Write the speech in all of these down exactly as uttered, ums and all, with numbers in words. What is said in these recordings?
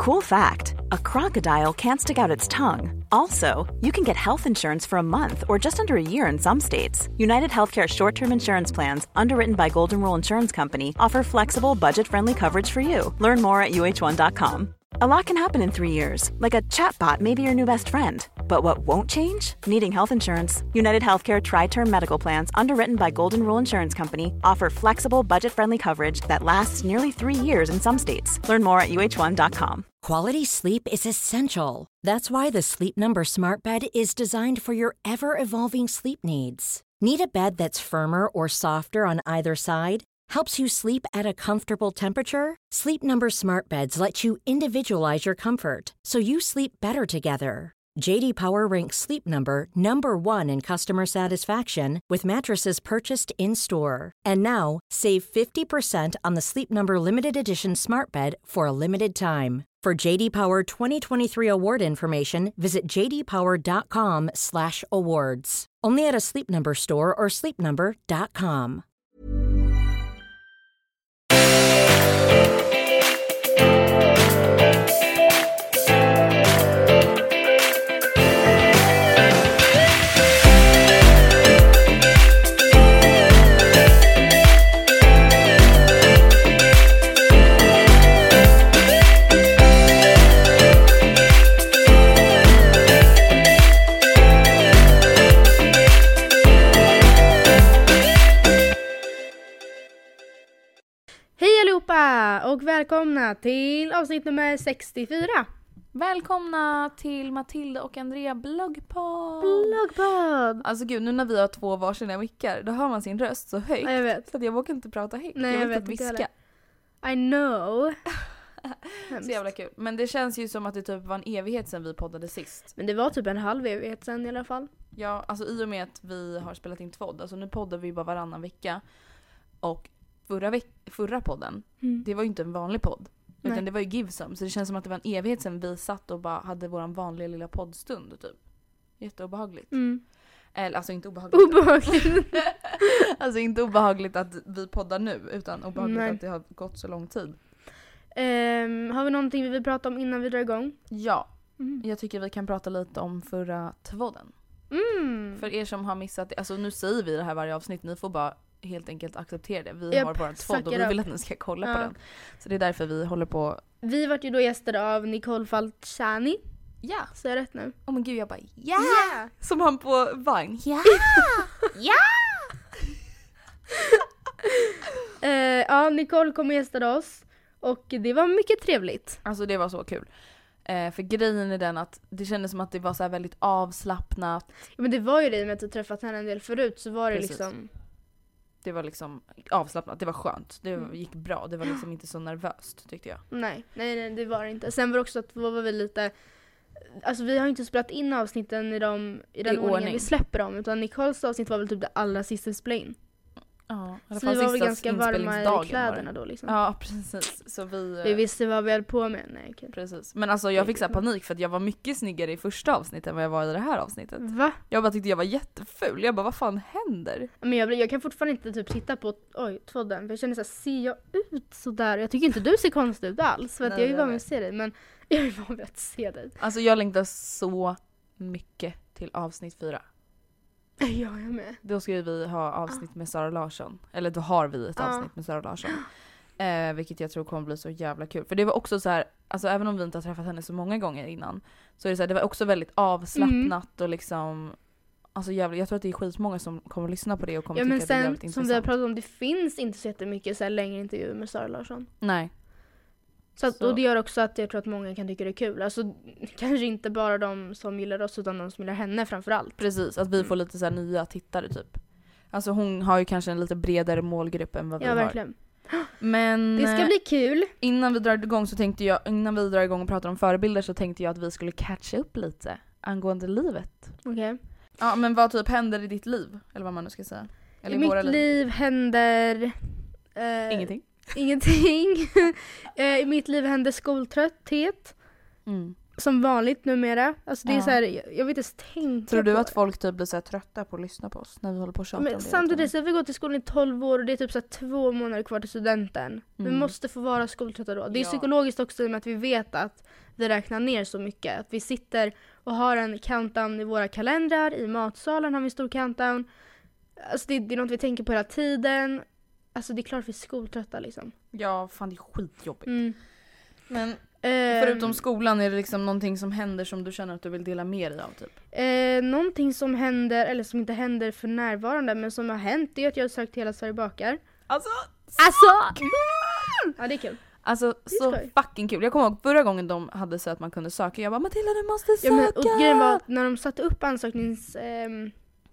Cool fact, a crocodile can't stick out its tongue. Also, you can get health insurance for a month or just under a year in some states. United Healthcare short-term insurance plans, underwritten by Golden Rule Insurance Company, offer flexible, budget-friendly coverage for you. Learn more at U H one dot com. A lot can happen in three years, like a chatbot may be your new best friend. But what won't change? Needing health insurance. United Healthcare Tri-Term Medical Plans, underwritten by Golden Rule Insurance Company, offer flexible, budget-friendly coverage that lasts nearly three years in some states. Learn more at U H one dot com. Quality sleep is essential. That's why the Sleep Number Smart Bed is designed for your ever-evolving sleep needs. Need a bed that's firmer or softer on either side? Helps you sleep at a comfortable temperature? Sleep Number Smart Beds let you individualize your comfort, so you sleep better together. J D Power ranks Sleep Number number one in customer satisfaction with mattresses purchased in-store. And now, save fifty percent on the Sleep Number Limited Edition Smart Bed for a limited time. For J D Power twenty twenty-three award information, visit j d power dot com slash awards. Only at a Sleep Number store or sleep number dot com. Och välkomna till avsnitt nummer sextiofyra. Välkomna till Matilda och Andrea bloggpodd. Bloggpodd. Alltså gud, nu när vi har två varsina mickar, då hör man sin röst så högt. Ja, jag vet. Så att jag vågar inte prata högt. Nej, jag, jag vet inte viska. I know. Så jävla kul. Men det känns ju som att det typ var en evighet sedan vi poddade sist. Men det var typ en halv evighet sedan i alla fall. Ja, alltså i och med att vi har spelat in två. Alltså nu poddar vi bara varannan vecka. Och Förra, veck- förra podden, mm. det var ju inte en vanlig podd. Nej. Utan det var ju Givesome. Så det känns som att det var en evighet sedan vi satt och bara hade våran vanliga lilla poddstund typ. Jätteobehagligt. Mm. Eller alltså inte obehagligt. Obehagligt. Alltså inte obehagligt att vi poddar nu, utan obehagligt Nej. Att det har gått så lång tid. Um, har vi någonting vi vill prata om innan vi drar igång? Ja, mm. jag tycker vi kan prata lite om förra tvåden. Mm. För er som har missat det, alltså nu säger vi det här varje avsnitt, ni får bara helt enkelt acceptera det. Vi yep, har bara två och vi vill att ni ska kolla ja. på den. Så det är därför vi håller på. Vi var ju då gäster av Nicole Falciani. Ja. Så är rätt nu. Oh men gud, jag bara ja. Yeah. Som han på Vine. Ja. Ja. uh, ja, Nicole kom och gästade oss. Och det var mycket trevligt. Alltså det var så kul. Eh, för grejen är den att det kändes som att det var så här väldigt avslappnat. Ja, men det var ju det med att du träffat henne en del förut, så var det Precis. liksom... Det var liksom avslappnat, det var skönt. Det mm. gick bra, det var liksom inte så nervöst tyckte jag. Nej, nej, nej, det var det inte. Sen var det också att vi var väl lite... Alltså vi har inte spelat in avsnitten i, de, i den I ordningen ordning. vi släpper dem. Utan Nicoles avsnitt var väl typ det allra sista vi spelade in. Ja, så vi var väl ganska varma i kläderna då liksom. Ja, precis. Så vi, vi visste vad vi höll på med. Nej, okay. Precis. Men alltså jag fick så här panik för att jag var mycket snyggare i första avsnittet än vad jag var i det här avsnittet. Va? Jag bara tyckte jag var jätteful. Jag bara, vad fan händer? Men jag, jag kan fortfarande inte typ titta på oj, tvåden. För jag känner så här, ser jag ut så där? Jag tycker inte du ser konstig ut alls. För att Nej, jag är ju van vid att se dig. Men jag är van vid att se dig. Alltså jag längtar så mycket till avsnitt fyra. Ja, jag med. Då ska vi ha avsnitt med Sara Larsson. Eller då har vi ett avsnitt med Sara Larsson. Eh, vilket jag tror kommer bli så jävla kul. För det var också så här, alltså även om vi inte har träffat henne så många gånger innan, så är det så här, det var också väldigt avslappnat mm. och liksom, alltså jävla, jag tror att det är skitmånga som kommer att lyssna på det och kommer ja, tycka att det är jävligt intressant. Som vi har pratat om, det finns inte så jättemycket så här längre intervjuer med Sara Larsson. Nej. Så, att, så. Och det gör också att jag tror att många kan tycka det är kul. Alltså kanske inte bara de som gillar oss utan de som gillar henne framförallt. Precis, att vi mm. får lite så här nya tittare typ. Alltså hon har ju kanske en lite bredare målgrupp än vad vi ja, har. Ja, verkligen. Men det ska bli kul. Innan vi drar igång så tänkte jag, innan vi drar igång och pratar om förebilder så tänkte jag att vi skulle catcha upp lite angående livet. Okej. Okay. Ja, men vad typ händer i ditt liv? Eller vad man nu ska säga. Eller I, I mitt liv, liv händer... Eh, Ingenting. Ingenting. I mitt liv händer skoltrötthet. Mm. som vanligt numera. Alltså det är ja. så här, jag, jag vill inte ens tänka Tror du på att folk typ blir så här trötta på att lyssna på oss när vi håller på och tjatar men om det? samtidigt så har vi gått i skolan i tolv år och det är typ så här två månader kvar till studenten. Mm. Vi måste få vara skoltrötta då. Det är Ja. psykologiskt också med att vi vet att vi räknar ner så mycket. Att vi sitter och har en countdown i våra kalendrar. I matsalen har vi en stor countdown. Alltså det, det är något vi tänker på hela tiden. Alltså det är klart vi är skoltrötta liksom. Ja, fan det är skitjobbigt. Mm. Men Eh, förutom skolan, är det liksom någonting som händer som du känner att du vill dela med dig av typ? Eh, någonting som händer, eller som inte händer för närvarande, men som har hänt, det är att jag har sökt Hela Sverige bakar. Alltså, Alltså! Ja, det är kul. Alltså så skoj. fucking kul. Jag kommer ihåg förra gången de hade så att man kunde söka. Jag bara, Matilda du måste söka! Ja, men, och grejen var att när de satte upp ansöknings... ehm,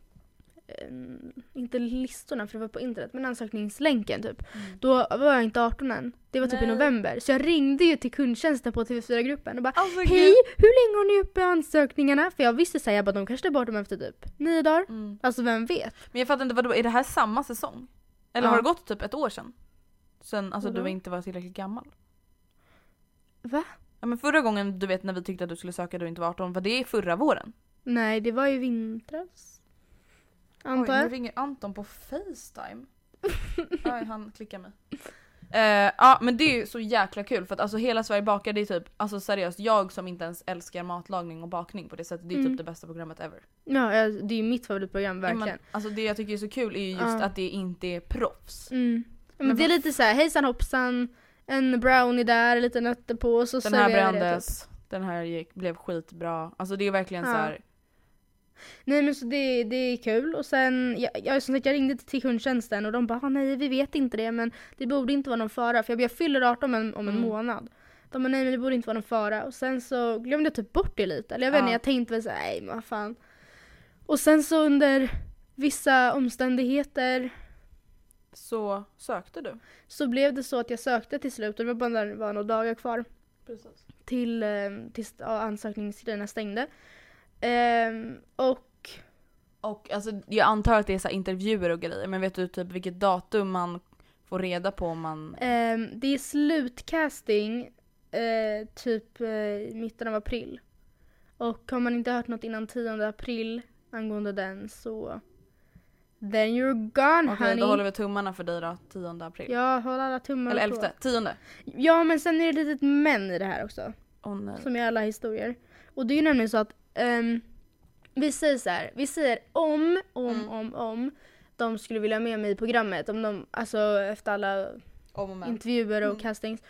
ehm, inte listorna för det var på internet, men ansökningslänken typ. Mm. Då var jag inte arton än. Det var typ Nej. i november. Så jag ringde ju till kundtjänsten på T V fyra-gruppen och bara Alltså, hej, gud. hur länge har ni uppe ansökningarna? För jag visste säga att de kanske är bort dem efter typ nio dagar. Mm. Alltså vem vet? Men jag fattar inte, vadå, är det här samma säsong? Eller Ja. har det gått typ ett år sedan? Sen alltså Vadå? du inte var tillräckligt gammal. Va? Ja, men förra gången, du vet när vi tyckte att du skulle söka du inte var arton, var det förra våren? Nej, det var ju vintras. Antar Oj, nu jag. ringer Anton på FaceTime. Aj, han klickar mig. Eh, ja men det är ju så jäkla kul för att alltså Hela Sverige bakar, det är typ, alltså seriöst, jag som inte ens älskar matlagning och bakning på det sättet, det är Mm. typ det bästa programmet ever. Ja, ja, det är ju mitt favoritprogram, Ja, verkligen. men, alltså det jag tycker är så kul är ju just Ja. att det inte är proffs. Mm. Men, Men det är vad- lite så här, hejsan hoppsan, en brownie där, lite nötter på och så Den här serverar jag det, brändes, den här gick, blev skitbra. Alltså det är verkligen Ja. så här. typ. Nej men så det, det är kul och sen, jag, jag, som sagt, jag ringde till kundtjänsten och de bara ah, nej vi vet inte det men det borde inte vara någon fara för jag, jag fyller arton om en, om en Mm. månad. De bara nej men det borde inte vara någon fara och sen så glömde jag typ bort det lite. Eller jag vet inte, Ja. jag tänkte väl så här, nej men vad fan. Och sen så under vissa omständigheter Så sökte du. så blev det så att jag sökte till slut och det var bara när det var några dagar kvar. Precis. till, eh, tills ja, ansökningstiderna stängde. Ehm, och Och alltså jag antar att det är så här intervjuer och grejer, men vet du typ vilket datum man får reda på om man... ehm, det är slutcasting eh, typ eh, i mitten av april. Och har man inte hört något innan tionde april angående den så then you're gone Okej, honey. då håller vi tummarna för dig då, tionde april. Jag håller alla tummar Eller på. elfte, tionde. Ja men sen är det ett litet men i det här också. Åh nej. Som i alla historier. Och det är ju nämligen så att ehm, vi säger så här, vi säger om, om, Mm. om, om de skulle vilja ha med mig i programmet, om de, alltså efter alla Om och men. intervjuer och Mm. castings,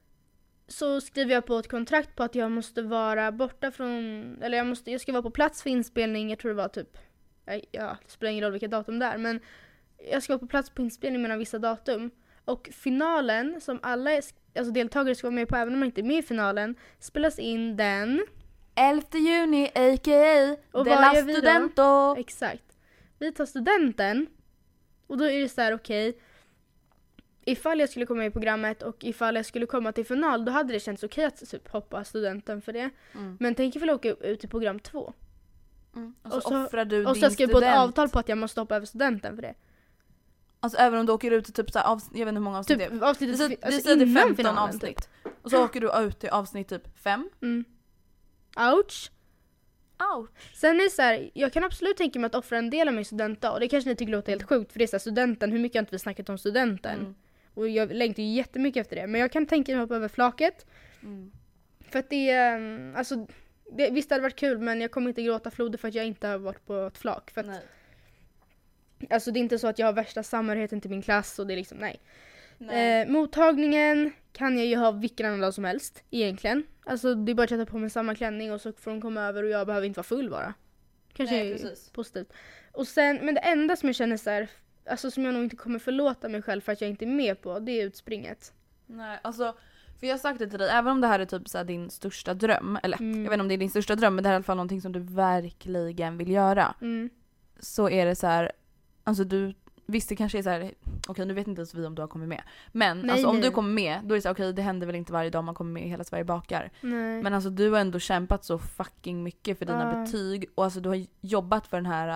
så skriver jag på ett kontrakt på att jag måste vara borta från, eller jag måste, jag ska vara på plats för inspelning, jag tror det var typ, ja det spelar ingen roll vilket datum det är, men jag ska vara på plats på inspelning mellan vissa datum. Och finalen, som alla alltså deltagare ska vara med på även om man inte är med i finalen, spelas in den elfte juni, a k a. Och De vad la gör vi då? Studento. Exakt. Vi tar studenten och då är det så här okej. Ifall jag skulle komma i programmet och ifall jag skulle komma till final, då hade det känts okej att typ hoppa studenten för det. Mm. Men tänk ifall jag åker ut i program två. Mm. Och så, Och så- offrar du Och din så ska jag på ett student. avtal på att jag måste hoppa över studenten för det. Alltså även om du åker ut till typ så här, avs- jag vet inte hur många avsnitt det är. Typ avsnittet, Vi säger, vi alltså säger det är innan femton finalen, avsnitt. Typ. Och så åker du ut till avsnitt typ fem. Mm. Ouch. Ouch. Sen är det så här, jag kan absolut tänka mig att offra en del av min studentdag. Och det kanske ni tycker låter helt sjukt för det är så här, studenten, hur mycket har inte vi snackat om studenten? Mm. Och jag längtar ju jättemycket efter det. Men jag kan tänka mig att hoppa över flaket. Mm. För att det är, um, alltså, det, visst det hade varit kul men jag kommer inte gråta floder för att jag inte har varit på ett flak. För att, Nej. alltså det är inte så att jag har värsta samhörigheten till min klass och det är liksom, nej. Nej. Eh, mottagningen kan jag ju ha vilken annan dag som helst, egentligen. Alltså det är bara att sätta på mig samma klänning och så får de komma över och jag behöver inte vara full bara. Kanske Nej, är precis. positivt. Och sen, men det enda som jag känner så här, alltså som jag nog inte kommer förlåta mig själv för att jag inte är med på, det är utspringet. Nej, alltså för jag har sagt det till dig, även om det här är typ så här din största dröm, eller Mm. jag vet inte om det är din största dröm, men det här är i alla fall någonting som du verkligen vill göra. Mm. Så är det så här, alltså du, visst det kanske är så här, okej nu vet inte ens vi om du har kommit med. Men Nej, alltså om nej. du kommer med, då är det så här, okej det händer väl inte varje dag man kommer med i Hela Sverige bakar. Nej. Men alltså du har ändå kämpat så fucking mycket för dina Ja. betyg och alltså du har jobbat för den här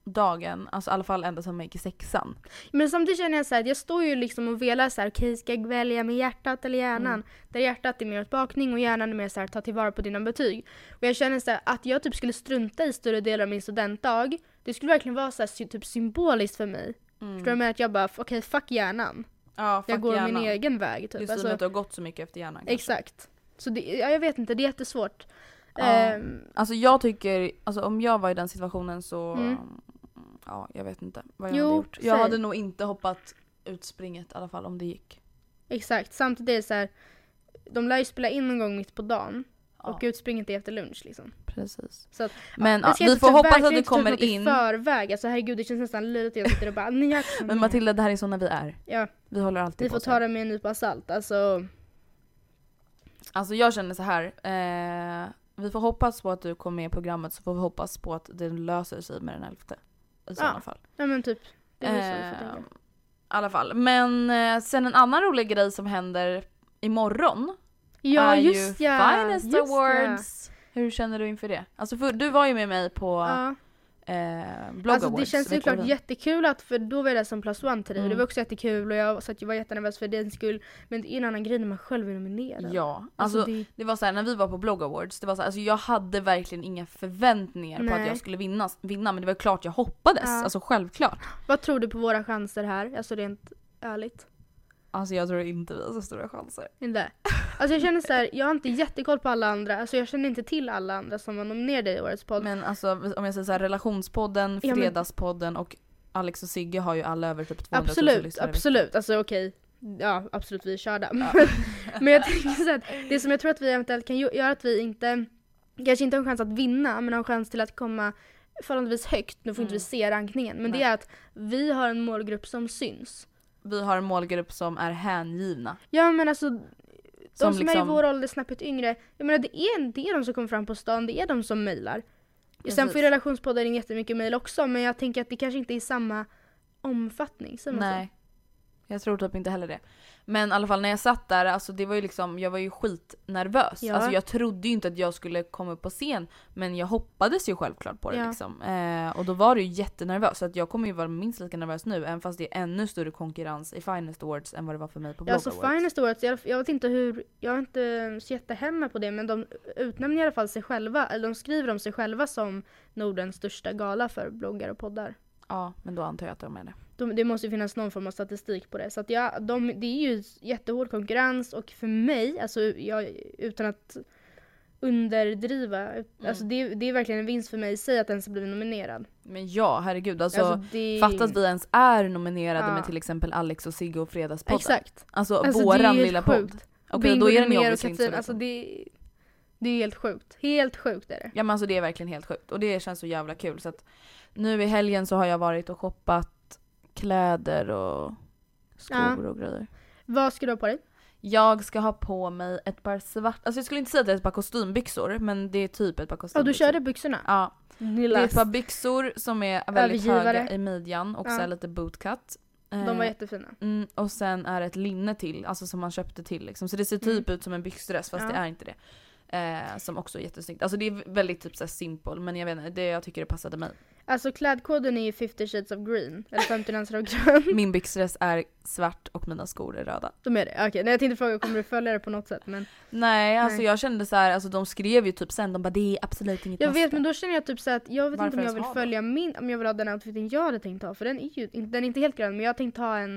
dagen, alltså i alla fall ända som jag gick i sexan. Men samtidigt känner jag så här, att jag står ju liksom och velar så här, okej okay, ska jag välja med hjärtat eller hjärnan? Mm. Där hjärtat är mer åt bakning och hjärnan är mer så här, ta tillvara på dina betyg. Och jag känner så här, att jag typ skulle strunta i större delar av min studentdag. Det skulle verkligen vara så här, typ symboliskt för mig. Mm. Förstår du med att jag bara, okej okay, fuck hjärnan. Ja, fuck jag går hjärnan. min egen väg typ. Just alltså, att du har gått så mycket efter hjärnan. Kanske. Exakt. Så det, ja, jag vet inte, det är jättesvårt. Ja. Um, alltså jag tycker, alltså om jag var i den situationen så mm. ja, jag vet inte vad jag jo, hade gjort. Jag säg. hade nog inte hoppat ut springet i alla fall om det gick. Exakt, samtidigt är det så här, de lär ju spela in en gång mitt på dagen ja. Och utspringet är efter lunch liksom. Precis. Så att, men ja, ja, vi får hoppas att det kommer in i förväg. Alltså herregud, det känns nästan lite jag sitter och bara nej, men Matilda, det här är såna vi är. Ja. Vi håller alltid vi på får ta det med en nypa salt. Alltså Alltså jag känner så här eh, vi får hoppas på att du kommer med i programmet, så får vi hoppas på att det löser sig med den elfte. I sådana ja. fall. Ja men typ. Det är eh, så I alla fall. Men eh, sen en annan rolig grej som händer imorgon. Ja är just ju ja. Finest just Awards. Ja. Hur känner du inför det? Alltså för, du var ju med mig på ja. eh, Blogg alltså, Awards. det känns ju klart jättekul att, för då var det som plus one till dig. Mm. Det var också jättekul och jag, så att jag var jättenervös för den skull. Men det är en annan grej när man själv är nominerad. Ja, alltså, alltså det... det var så här, när vi var på Blogg Awards, det var så här, alltså jag hade verkligen inga förväntningar Nej. på att jag skulle vinna, vinna, men det var klart jag hoppades, ja. alltså självklart. Vad tror du på våra chanser här? Alltså rent ärligt. Alltså jag tror inte vi har så stora chanser. Inte. Alltså jag känner så här, jag har inte jättekoll på alla andra. Alltså jag känner inte till alla andra som var nominerade i årets podd. Men alltså om jag säger så här, relationspodden, ja, Fredagspodden och Alex och Sigge har ju alla över typ tvåhundra tusen Absolut, lyssnare. absolut. Alltså okej. Ja, absolut vi är körda. Ja. Men jag tänker så att det som jag tror att vi eventuellt kan göra att vi inte kanske inte har en chans att vinna, men har en chans till att komma förhållandevis högt. Nu får mm. inte vi se rankningen, men Nej. det är att vi har en målgrupp som syns. Vi har en målgrupp som är hängivna. Ja men alltså de som, som liksom... är i vår ålder snabbt yngre, jag menar det är, det är de som kommer fram på stan, det är de som mejlar. Sen får ju relationspodden in jättemycket mejl också, men jag tänker att det kanske inte är i samma omfattning. Nej, så. Jag tror typ inte heller det. Men i alla fall när jag satt där, alltså det var ju liksom, jag var ju skitnervös. Ja. Alltså jag trodde ju inte att jag skulle komma upp på scen, men jag hoppades ju självklart på det ja. liksom. Eh, och då var det ju jättenervös, så att jag kommer ju vara minst lika nervös nu, även fast det är ännu större konkurrens i Finest Awards än vad det var för mig på Blogg Awards. Ja, så Finest Awards, jag, jag vet inte hur, jag är inte så jättehemma på det, men de utnämner i alla fall sig själva, eller de skriver om sig själva som Nordens största gala för bloggar och poddar. Ja, men då antar jag att de är det. De, det måste ju finnas någon form av statistik på det. Så att ja, de, det är ju jättehård konkurrens. Och för mig, alltså jag, utan att underdriva, mm. alltså det, det är verkligen en vinst för mig att säga att den ska bli nominerad. Men ja, herregud. Alltså, alltså det... fatta att vi ens är nominerade ja. med till exempel Alex och Sigge och Fredagspodden. Exakt. Alltså, alltså våran lilla podd. Okej, okay, då är den ju inte så alltså det, det är helt sjukt. Helt sjukt är det. Ja, men alltså det är verkligen helt sjukt. Och det känns så jävla kul. Så att nu i helgen så har jag varit och shoppat kläder och skor ja. och grejer. Vad ska du ha på dig? Jag ska ha på mig ett par svart... Alltså jag skulle inte säga att det är ett par kostymbyxor, men det är typ ett par kostymbyxor. Ja, du körde byxorna? Ja. Nilas. Det är ett par byxor som är väldigt höga i midjan och ja. så är lite bootcut. De var jättefina. Mm, och sen är det ett linne till, alltså som man köpte till liksom. Så det ser typ mm. ut som en byxdress, fast ja. det är inte det. Eh, som också är jättesnyggt. Alltså det är väldigt typ så här simple, men jag vet inte, det jag tycker det passade mig. Alltså klädkoden är ju fifty shades of green, eller femtio nyanser av grön. Min byxdress är svart och mina skor är röda. De är det? Okej, okay. Nej, jag tänkte fråga, kommer du följa det på något sätt? Men... Nej, alltså Nej. jag kände så här, alltså de skrev ju typ sen, de bara det är absolut inget Jag måste. vet, men då känner jag typ så att jag vet Varför inte om jag vill följa min, om jag vill ha den outfiten jag hade tänkt ha, för den är ju, den är inte helt grön, men jag tänkte ha en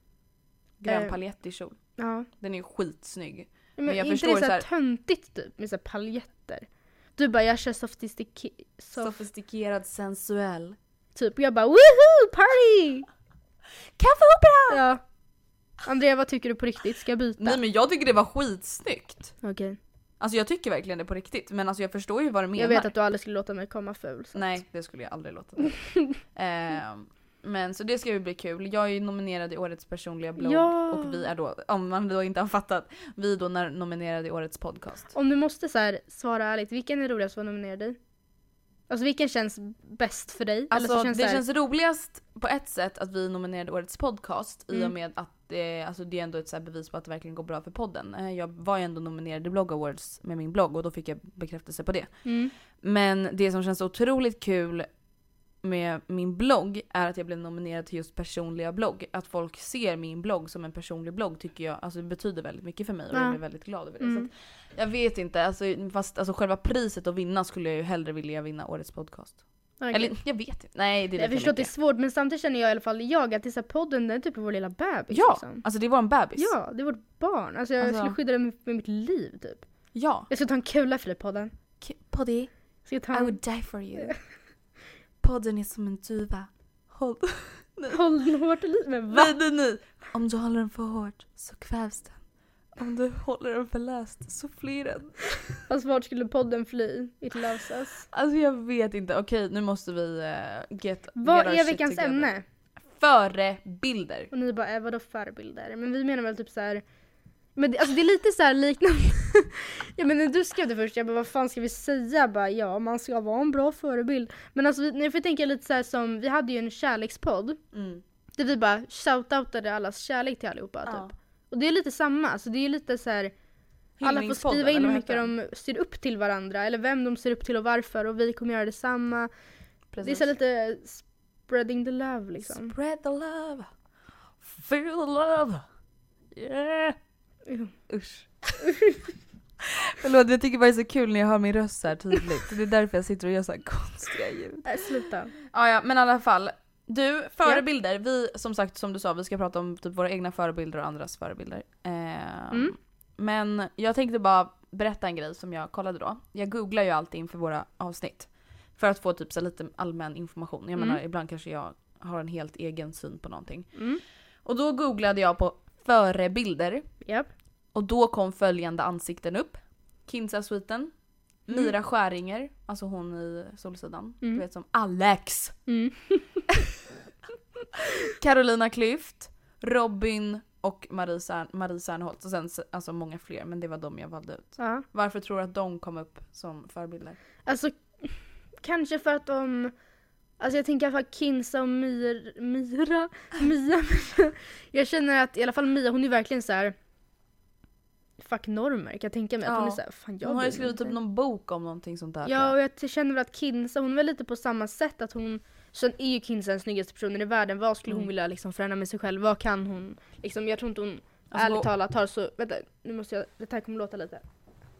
grön eh, paljettig kjol. Ja. Den är ju skitsnygg. Men, men jag inte förstår det så här töntigt typ med så här paljetter. Du bara jag kör sofistike- sof- sofistikerad sensuell. Typ jag bara woohoo party. Kaffeopera. Ja. Andrea, vad tycker du på riktigt? Ska jag byta? Nej, men jag tycker det var skitsnyggt. Okej. Okay. Alltså jag tycker verkligen det på riktigt, men alltså jag förstår ju vad du menar. Jag vet att du aldrig skulle låta mig komma ful. Så. Nej, det skulle jag aldrig låta dig. eh, Men så det ska ju bli kul. Jag är ju nominerad i årets personliga blogg ja. och vi är då, om man då inte har fattat, vi är då nominerade i årets podcast. Om du måste så här svara ärligt, vilken är roligast att vara nominerad i? Alltså vilken känns bäst för dig? Alltså Eller så känns det här... känns roligast på ett sätt att vi är nominerade i årets podcast mm. i och med att det, alltså det är ändå ett så här bevis på att det verkligen går bra för podden. Jag var ju ändå nominerad i Blogg Awards med min blogg och då fick jag bekräftelse på det. Mm. Men det som känns otroligt kul med min blogg är att jag blev nominerad till just personliga blogg. Att folk ser min blogg som en personlig blogg tycker jag, alltså det betyder väldigt mycket för mig och Ja. jag blir väldigt glad över det. Mm. Så att, jag vet inte, alltså, fast alltså, själva priset att vinna skulle jag ju hellre vilja vinna årets podcast. Okay. Eller jag vet inte, nej det är Jag lika förstår att det är mycket. svårt, men samtidigt känner jag i alla fall jag att det är så här, podden, den är typ vår lilla bebis. Ja, Liksom. alltså det är våran bebis. Ja, det är vårt barn. Alltså jag Alltså- skulle skydda den med, med mitt liv typ. Ja. Jag ska ta en kula för dig, podden. K- Poddy, Ska jag ta I en... would die for you. Podden är som en duva. Håll... Håll den hårt i livet. Men va? Nej, nej, nej. Om du håller den för hårt så kvävs den. Om du håller den för löst så flyr den. Alltså vart skulle podden fly? It loves us. Alltså jag vet inte. Okej, nu måste vi uh, get, Vad get our är shit veckans together. ämne? Förebilder. Och ni bara, äh, vadå förebilder? Men vi menar väl typ så här. Men det, alltså det är lite så här liknande. Ja men när du skrev det först, jag bara vad fan ska vi säga? Jag bara, ja man ska vara en bra förebild. Men alltså vi- när jag tänka lite så här som, vi hade ju en kärlekspodd. Mm. Där vi bara shoutoutade allas kärlek till allihopa Ja. typ. Och det är lite samma, alltså det är lite så här. Alla får Hyllningspodden, skriva in eller hur vad mycket heter de ser upp till varandra. Eller vem de ser upp till och varför. Och vi kommer göra detsamma. Precis. Det är så här lite spreading the love liksom. Spread the love. Feel the love. Yeah. Jo. Usch. Förlåt, jag tycker bara det är så kul när jag hör min röst så här tydligt. Det är därför jag sitter och gör så här konstiga ljud. Nej, sluta. Ja, ja, men i alla fall. Du, förebilder. Vi, som sagt, som du sa, vi ska prata om typ våra egna förebilder och andras förebilder. Eh, Mm. Men jag tänkte bara berätta en grej som jag kollade då. Jag googlar ju alltid inför våra avsnitt. För att få typ så lite allmän information. Jag Mm. menar, ibland kanske jag har en helt egen syn på någonting. Mm. Och då googlade jag på förebilder. Japp. Och då kom följande ansikten upp. Kinsa-sviten. Mm. Mira Skäringer, alltså hon i Solsidan. Mm. Du vet som Alex. Mm. Carolina Klüft, Robin och Marie, Sern- Marie Serneholt. Och sen alltså många fler, men det var de jag valde ut. Ja. Varför tror du att de kom upp som förebilder? Alltså, kanske för att de... Alltså jag tänker i alla fall Kinsa och Mir, Mira, Mia. Jag känner att i alla fall Mia, hon är verkligen så här. Fuck normer, kan jag tänka mig. Att Ja. hon är så här, fan jag Hon har ju vill skrivit inte. typ någon bok om någonting sånt där. tror Ja, jag. och jag känner väl att Kinsa, hon är väl lite på samma sätt att hon... Sen är ju Kinsa den snyggaste personen i världen. Vad skulle hon Mm. vilja liksom förändra med sig själv? Vad kan hon? Liksom, jag tror inte hon, Alltså, ärligt hon- talat, har så... Vänta, nu måste jag... Det här kommer låta lite.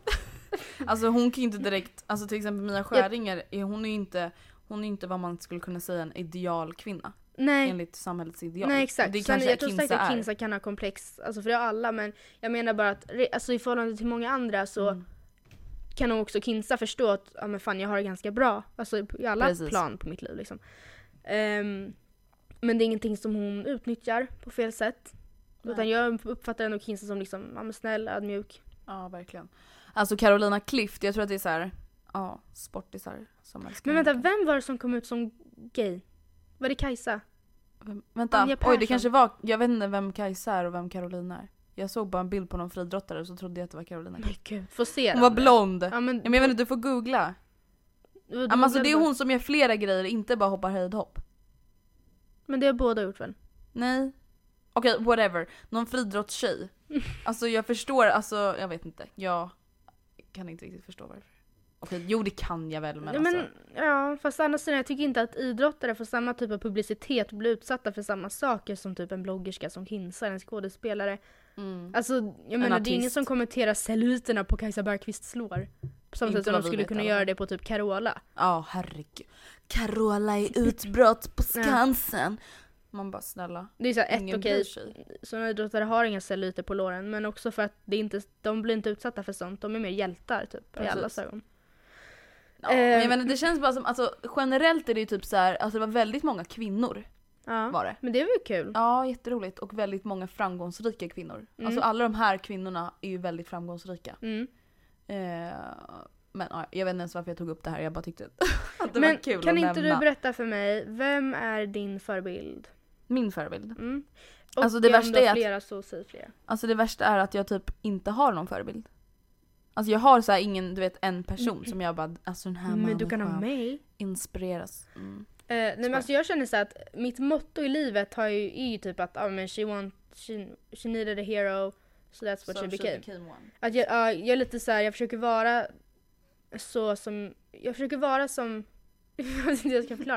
Alltså hon kan ju inte direkt, alltså till exempel Mia Skäringer, är hon är ju inte, hon är inte vad man skulle kunna säga en idealkvinna. Nej. Enligt samhällets ideal. Nej exakt, Det sen, kanske jag tror Kinsa säkert att är. Kinsa kan ha komplex, alltså för det har alla, men jag menar bara att re- alltså, i förhållande till många andra så Mm. kan nog också Kinsa förstå att ja, men fan, jag har det ganska bra, alltså i alla Precis. plan på mitt liv liksom. Ehm, men det är ingenting som hon utnyttjar på fel sätt. Nej. Utan jag uppfattar ändå Kinsa som liksom, ja, men snäll, ödmjuk. Ja, verkligen. Alltså Carolina Klüft, jag tror att det är så här, ja, sportisar som älskar Men vänta, henne. vem var det som kom ut som gay? Var det Kajsa? Vem, vänta, Anja oj det Persson. kanske var, jag vet inte vem Kajsa är och vem Carolina är. Jag såg bara en bild på någon friidrottare så trodde jag att det var Carolina Men Klüft. gud, få se Hon var den. blond. Ja, Ja, men, men jag vet inte, du får googla. då- Ja, men alltså, det är bara- hon som gör flera grejer, inte bara hoppar höjdhopp. Men det har båda gjort väl? Nej. Okej, whatever. Någon friidrottstjej. Alltså jag förstår, alltså jag vet inte. Jag kan inte riktigt förstå varför. Okej, jo det kan jag väl men, Ja, men, alltså. ja, fast å andra sidan, jag tycker inte att idrottare får samma typ av publicitet och blir utsatta för samma saker som typ en bloggerska som Kinsa, en skådespelare. Mm. Alltså, jag menar, det är ingen artist. som kommenterar celluliterna på Kajsa Bergqvist slår. På samma Inte sätt som vad de vi skulle vet kunna i alla göra fall. det på typ Carola. Ja, herregud. Carola i utbrott på Ja. Skansen. Man bara snälla. Det är så här, ett Ingen okej, bryr sig. sådana idrottare har inga celluliter på låren, men också för att det inte, de blir inte utsatta för sånt. De är mer hjältar typ, i Precis. allas ögon. Ja, Eh. men jag menar, det känns bara som, alltså generellt är det ju typ så här, alltså det var väldigt många kvinnor Ja, var det. men det är väl kul. Ja, jätteroligt. Och väldigt många framgångsrika kvinnor. Mm. Alltså alla de här kvinnorna är ju väldigt framgångsrika. Mm. Eh, men ja, jag vet inte ens varför jag tog upp det här, jag bara tyckte att det Men var kul kan att inte nämna. du berätta för mig, vem är din förebild? Min förebild. Mm. Och Alltså, det om värsta du har är att- flera så säg flera. Alltså det värsta är att jag typ inte har någon förebild. Alltså jag har så här ingen, du vet en person som jag bara, alltså den här Men du kan ha människan mig. inspireras. Mm. Eh, nej men alltså jag känner så att mitt motto i livet har ju, är ju typ att ah, men she, want, she, she needed a hero, so that's what So she she became. became one. Att jag, ja, jag är lite så här, jag försöker vara så som, jag försöker vara som, jag vet inte hur jag ska förklara.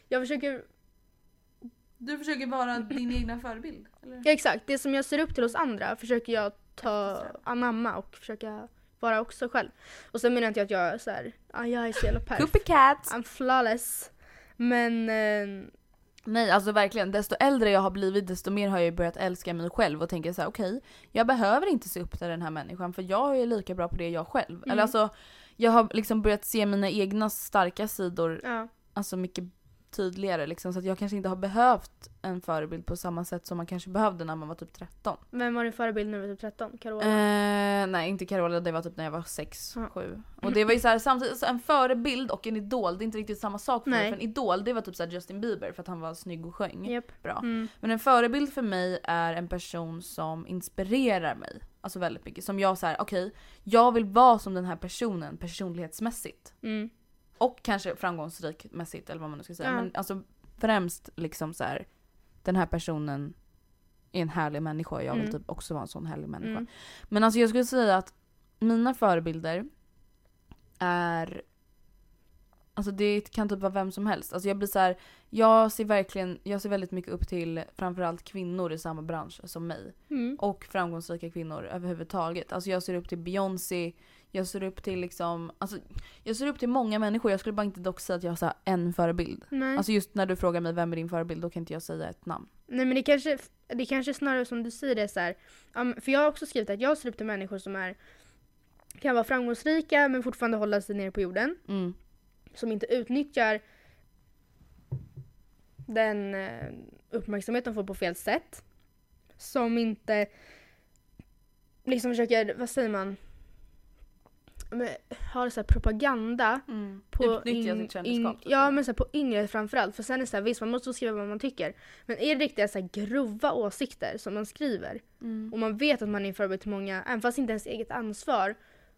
jag försöker... Du försöker vara din egna förebild? Eller? Ja, exakt. Det som jag ser upp till hos andra försöker jag ta anamma och försöka vara också själv. Och sen menar inte jag att jag är så här, ah, jag är så jävla perfekt. Copycat! I'm flawless. Men... Eh, Nej, alltså verkligen. Desto äldre jag har blivit, desto mer har jag börjat älska mig själv och tänka så här: okej, okay, jag behöver inte se upp till den här människan för jag är lika bra på det jag själv. Mm. Eller alltså, jag har liksom börjat se mina egna starka sidor, ja. Alltså mycket tydligare liksom, så att jag kanske inte har behövt en förebild på samma sätt som man kanske behövde när man var typ tretton. Vem var din förebild när du var typ tretton? Carola? Eh, nej, inte Carola, det var typ när jag var sex, ja. sju. Och det var ju så här, samtidigt alltså, en förebild och en idol, det är inte riktigt samma sak för mig. För en idol, det var typ så här Justin Bieber för att han var snygg och sjöng yep. bra. Mm. Men en förebild för mig är en person som inspirerar mig. Alltså väldigt mycket. Som jag så här, okej, okay, jag vill vara som den här personen personlighetsmässigt. Mm. Och kanske framgångsrikmässigt eller vad man nu ska säga. Ja. Men alltså främst liksom så här, den här personen är en härlig människa och jag vill mm. typ också vara en sån härlig människa. Mm. Men alltså jag skulle säga att mina förebilder är, alltså det kan typ vara vem som helst. Alltså jag blir så här, jag ser verkligen, jag ser väldigt mycket upp till framförallt kvinnor i samma bransch som mig. Mm. Och framgångsrika kvinnor överhuvudtaget. Alltså jag ser upp till Beyoncé, jag ser upp till liksom, alltså jag ser upp till många människor. Jag skulle bara inte dock säga att jag har så här en förebild. Nej. Alltså just när du frågar mig vem är din förebild, då kan inte jag säga ett namn. Nej, men det kanske, det kanske snarare som du säger det så här, um, för jag har också skrivit att jag ser upp till människor som är, kan vara framgångsrika men fortfarande hålla sig ner på jorden. Mm. Som inte utnyttjar den eh, uppmärksamhet de får på fel sätt. Som inte liksom försöker, vad säger man, men, har så här propaganda mm. på utnyttja in, sitt kändisskap. in, ja, men så här, på yngre framförallt. För sen är det så här, visst man måste skriva vad man tycker. Men är det riktiga så här grova åsikter som man skriver mm. och man vet att man är en förebild till många, även fast inte ens eget ansvar.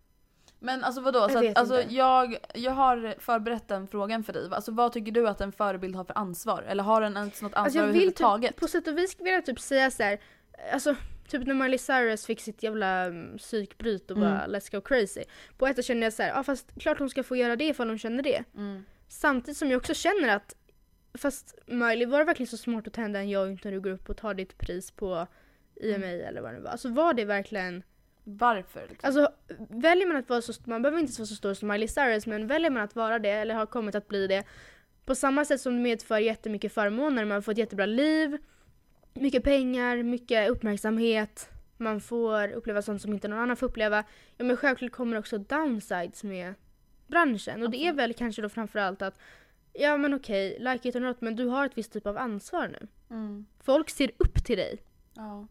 Men alltså vadå? Jag så att, alltså, inte. jag, jag har förberett den frågan för dig. Alltså vad tycker du att en förebild har för ansvar? Eller har den ens något ansvar Alltså jag vill överhuvudtaget? typ, på sätt och vis vill jag typ säga så här, alltså typ när Miley Cyrus fick sitt jävla um, psykbryt och Mm. bara let's go crazy. På ett sätt känner jag så här, ja fast klart hon ska få göra det ifall hon känner det. Mm. Samtidigt som jag också känner att, fast Miley, var det verkligen så smart att tända en joint när du går upp och tar ditt pris på I M A Mm. eller vad det var? Alltså var det verkligen... Varför? Liksom? Alltså väljer man att vara så, man behöver inte vara så stor som Miley Cyrus, men väljer man att vara det eller har kommit att bli det på samma sätt som det medför jättemycket förmåner, man får ett jättebra liv, mycket pengar, mycket uppmärksamhet, man får uppleva sånt som inte någon annan får uppleva. Ja, men självklart kommer också downsides med branschen, och det är väl kanske då framförallt att ja men okej, like it or not, men du har ett visst typ av ansvar nu. Mm. Folk ser upp till dig. Ja.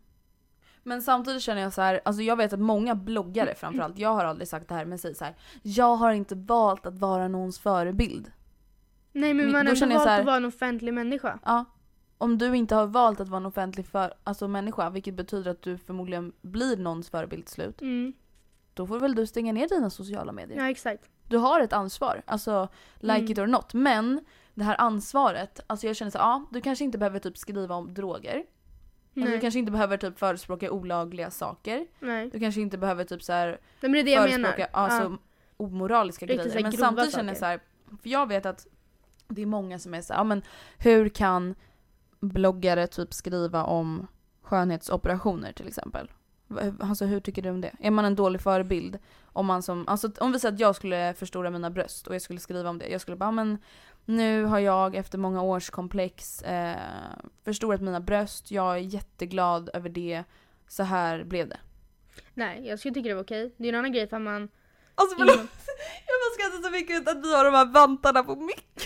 Men samtidigt känner jag så här, alltså jag vet att många bloggare framförallt, jag har aldrig sagt det här, men säger så här: jag har inte valt att vara någons förebild. Nej, men Men man då har ändå känner jag valt så här- att vara en offentlig människa. Ja. Om du inte har valt att vara en offentlig för, alltså människa, vilket betyder att du förmodligen blir någons förebild till slut, Mm. då får väl du stänga ner dina sociala medier. Ja, exakt. Du har ett ansvar, alltså like Mm. it or not. Men det här ansvaret, alltså jag känner så här, ja, du kanske inte behöver typ skriva om droger. Alltså, Nej. du kanske inte behöver typ förespråka olagliga saker. Nej. Du kanske inte behöver typ så här Nej, men det är det jag menar. förespråka alltså, Ja. omoraliska Riktigt så grejer. här Men grova samtidigt känner jag så saker. här, för jag vet att det är många som är så här, ja men hur kan bloggare typ skriva om skönhetsoperationer till exempel? Alltså hur tycker du om det? Är man en dålig förebild? Om man som, alltså om vi säger att jag skulle förstora mina bröst och jag skulle skriva om det. Jag skulle bara, men nu har jag efter många års komplex eh, förstorat mina bröst. Jag är jätteglad över det. Så här blev det. Nej, jag skulle tycka det var okej. Det är en annan grej för man... Alltså förlåt, jag bara skrattar så mycket ut att vi har de här vantarna på mick.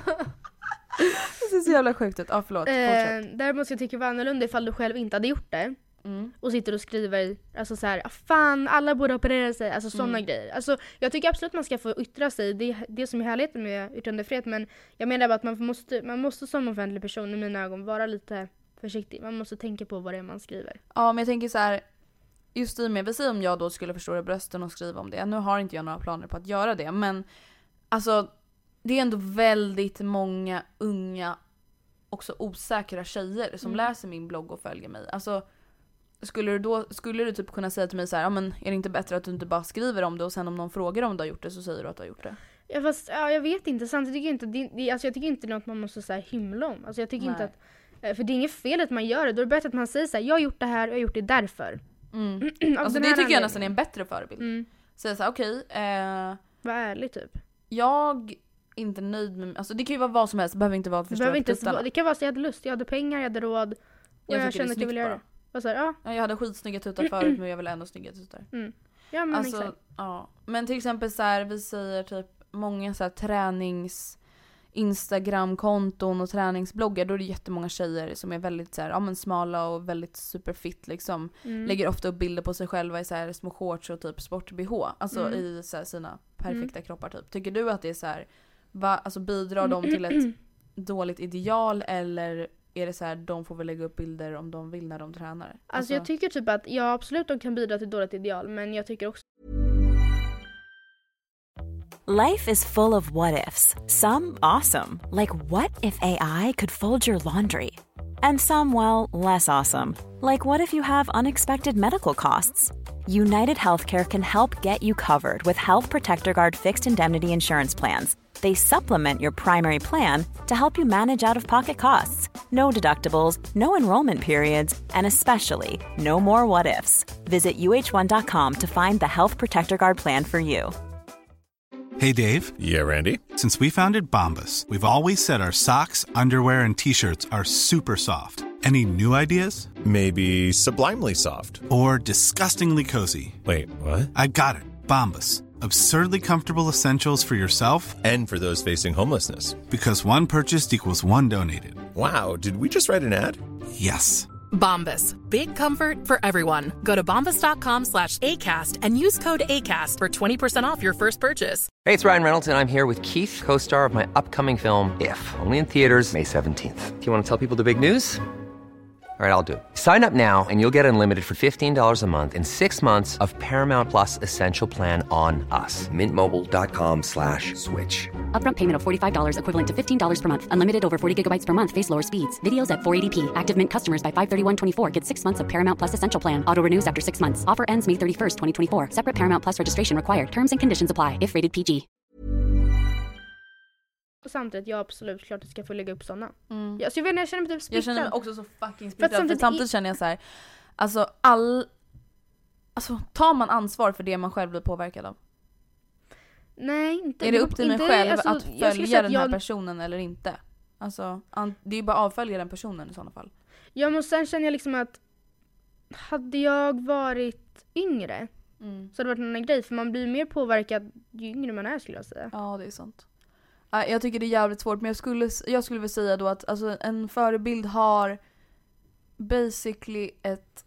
Det ser så jävla sjukt ut. Ja, förlåt. Fortsätt. Eh, däremot ska jag tycka det var annorlunda ifall du själv inte hade gjort det. Mm. Och sitter och skriver, alltså så här, ah, fan, alla borde operera sig. Alltså sådana Mm. grejer. Alltså jag tycker absolut man ska få yttra sig. Det är det som är härligheten med yttrandefrihet. Men jag menar bara att man måste, man måste som offentlig person i mina ögon vara lite försiktig. Man måste tänka på vad det är man skriver. Ja, men jag tänker så här. Just i med, vi säger om jag då skulle förstora brösten och skriva om det. Nu har inte jag några planer på att göra det. Men alltså, det är ändå väldigt många unga, också osäkra tjejer som Mm. läser min blogg och följer mig. Alltså, skulle du då, skulle du typ kunna säga till mig så här, ja men är det inte bättre att du inte bara skriver om det och sen om någon frågar om du har gjort det så säger du att du har gjort det? Ja, fast, ja, jag vet inte. Samtidigt tycker jag inte, det, det, alltså, jag tycker inte något man måste så här hymla om. Alltså, jag tycker Nej. inte att, för det är inget fel att man gör det. Då är det bättre att man säger så här: jag har gjort det här och jag har gjort det därför. Mm. Av Alltså den det här tycker jag anledningen. nästan är en bättre förebild. Mm. Säga såhär, okej, eh, Var ärlig typ. jag är inte nöjd med, alltså det kan ju vara vad som helst, det behöver inte vara att Det, förstå behöver inte, tuttarna. det kan vara så jag hade lust, jag hade pengar, jag hade råd. Och Jag jag, tycker kände det är att jag ville snyggt göra det. Och så här, ja. Ja, jag hade skitsnygga tuttar förut men jag vill ändå snygga tuttar. Mm. Ja men Alltså, exakt. ja. Men till exempel så här, vi säger typ många så här tränings Instagram-konton och träningsbloggar, då är det jättemånga tjejer som är väldigt så här, ja, men smala och väldigt superfit liksom. Mm. Lägger ofta upp bilder på sig själva i så här små shorts och typ sport-B H. Alltså Mm. i så här sina perfekta mm. kroppar typ. Tycker du att det är så här, va, alltså bidrar de till ett dåligt ideal eller är det så här, de får väl lägga upp bilder om de vill när de tränar? Alltså, Alltså jag tycker typ att, ja absolut de kan bidra till dåligt ideal, men jag tycker också Life is full of what ifs. Some awesome, like what if A I could fold your laundry? And some, well, less awesome, like what if you have unexpected medical costs? United Healthcare can help get you covered with Health Protector Guard fixed indemnity insurance plans. They supplement your primary plan to help you manage out-of-pocket costs. No deductibles, no enrollment periods, and especially no more what-ifs. Visit U H one dot com to find the Health Protector Guard plan for you. Hey, Dave. Yeah, Randy. Since we founded Bombas, we've always said our socks, underwear, and T-shirts are super soft. Any new ideas? Maybe sublimely soft. Or disgustingly cozy. Wait, what? I got it. Bombas. Absurdly comfortable essentials for yourself and for those facing homelessness. Because one purchased equals one donated. Wow, did we just write an ad? Yes. Bombas. Big comfort for everyone. Go to bombas.com slash ACAST and use code ACAST for twenty percent off your first purchase. Hey, it's Ryan Reynolds, and I'm here with Keith, co-star of my upcoming film, If, only in theaters May seventeenth. Do you want to tell people the big news? All right, I'll do it. Sign up now and you'll get unlimited for fifteen dollars a month and six months of Paramount Plus Essential Plan on us. Mint Mobile dot com slash switch. Upfront payment of forty-five dollars equivalent to fifteen dollars per month. Unlimited over forty gigabytes per month. Face lower speeds. Videos at four eighty p. Active Mint customers by five thirty-one twenty-four get six months of Paramount Plus Essential Plan. Auto renews after six months. Offer ends May thirty-first, twenty twenty-four. Separate Paramount Plus registration required. Terms and conditions apply if rated P G. samtidigt, ja absolut, klart att jag ska få lägga upp sådana. Mm. Ja, så jag vet inte, jag känner mig typ splittrad. Jag känner mig också så fucking splittrad. För samtidigt, samtidigt känner jag så här, alltså all... Alltså tar man ansvar för det man själv blir påverkad av? Nej, inte. Är det upp till mig inte, själv alltså, att följa den här jag... personen eller inte? Alltså, det är ju bara att avfölja den personen i sådana fall. Ja, men sen känner jag liksom att hade jag varit yngre mm. så hade det varit en annan grej. För man blir mer påverkad ju yngre man är, skulle jag säga. Ja, det är sant. Jag tycker det är jävligt svårt, men jag skulle, jag skulle vilja säga då att alltså, en förebild har basically ett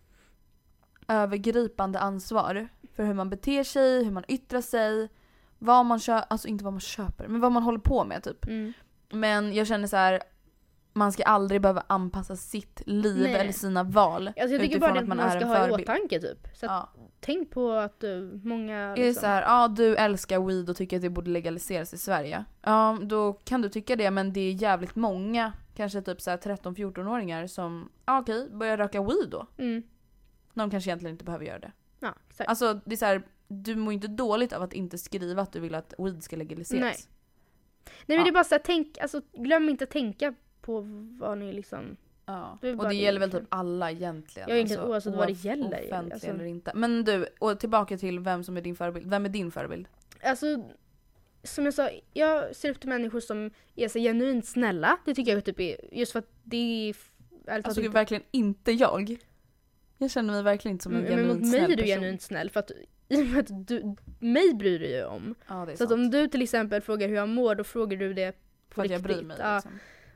övergripande ansvar för hur man beter sig, hur man yttrar sig, vad man köper, alltså inte vad man köper, men vad man håller på med typ. Mm. Men jag känner så här, man ska aldrig behöva anpassa sitt liv Nej. eller sina val alltså, jag tycker bara att man, man ska ha förebild. I åtanke typ. Så ja. Tänk på att uh, många liksom... Är det så här, ja du älskar weed och tycker att det borde legaliseras i Sverige. Ja, då kan du tycka det, men det är jävligt många, kanske typ så här tretton-fjorton-åringar som, ja okej, börjar röka weed då. Mm. De kanske egentligen inte behöver göra det. Ja, exakt. Alltså det är så här, du mår inte dåligt av att inte skriva att du vill att weed ska legaliseras. Nej. Nej men ja. Det är bara så här, tänk, alltså glöm inte att tänka på vad ni liksom... Ja, det och det, det gäller väl typ alla egentligen. Jag egentligen alltså, oavsett vad det gäller. Offentlig alltså. eller inte. Men du, och tillbaka till vem som är din förebild. Vem är din förebild? Alltså, som jag sa, jag ser upp till människor som är så genuint snälla. Det tycker jag typ är, just för att det är... Alltså det är verkligen inte jag. Jag känner mig verkligen inte som en mm, genuint snäll person. Men mot mig är du genuint snäll, för att i och med att du, mig bryr du ju om. Ja, det är så sant. Att om du till exempel frågar hur jag mår, då frågar du det på för att riktigt. Jag bryr mig ja. liksom.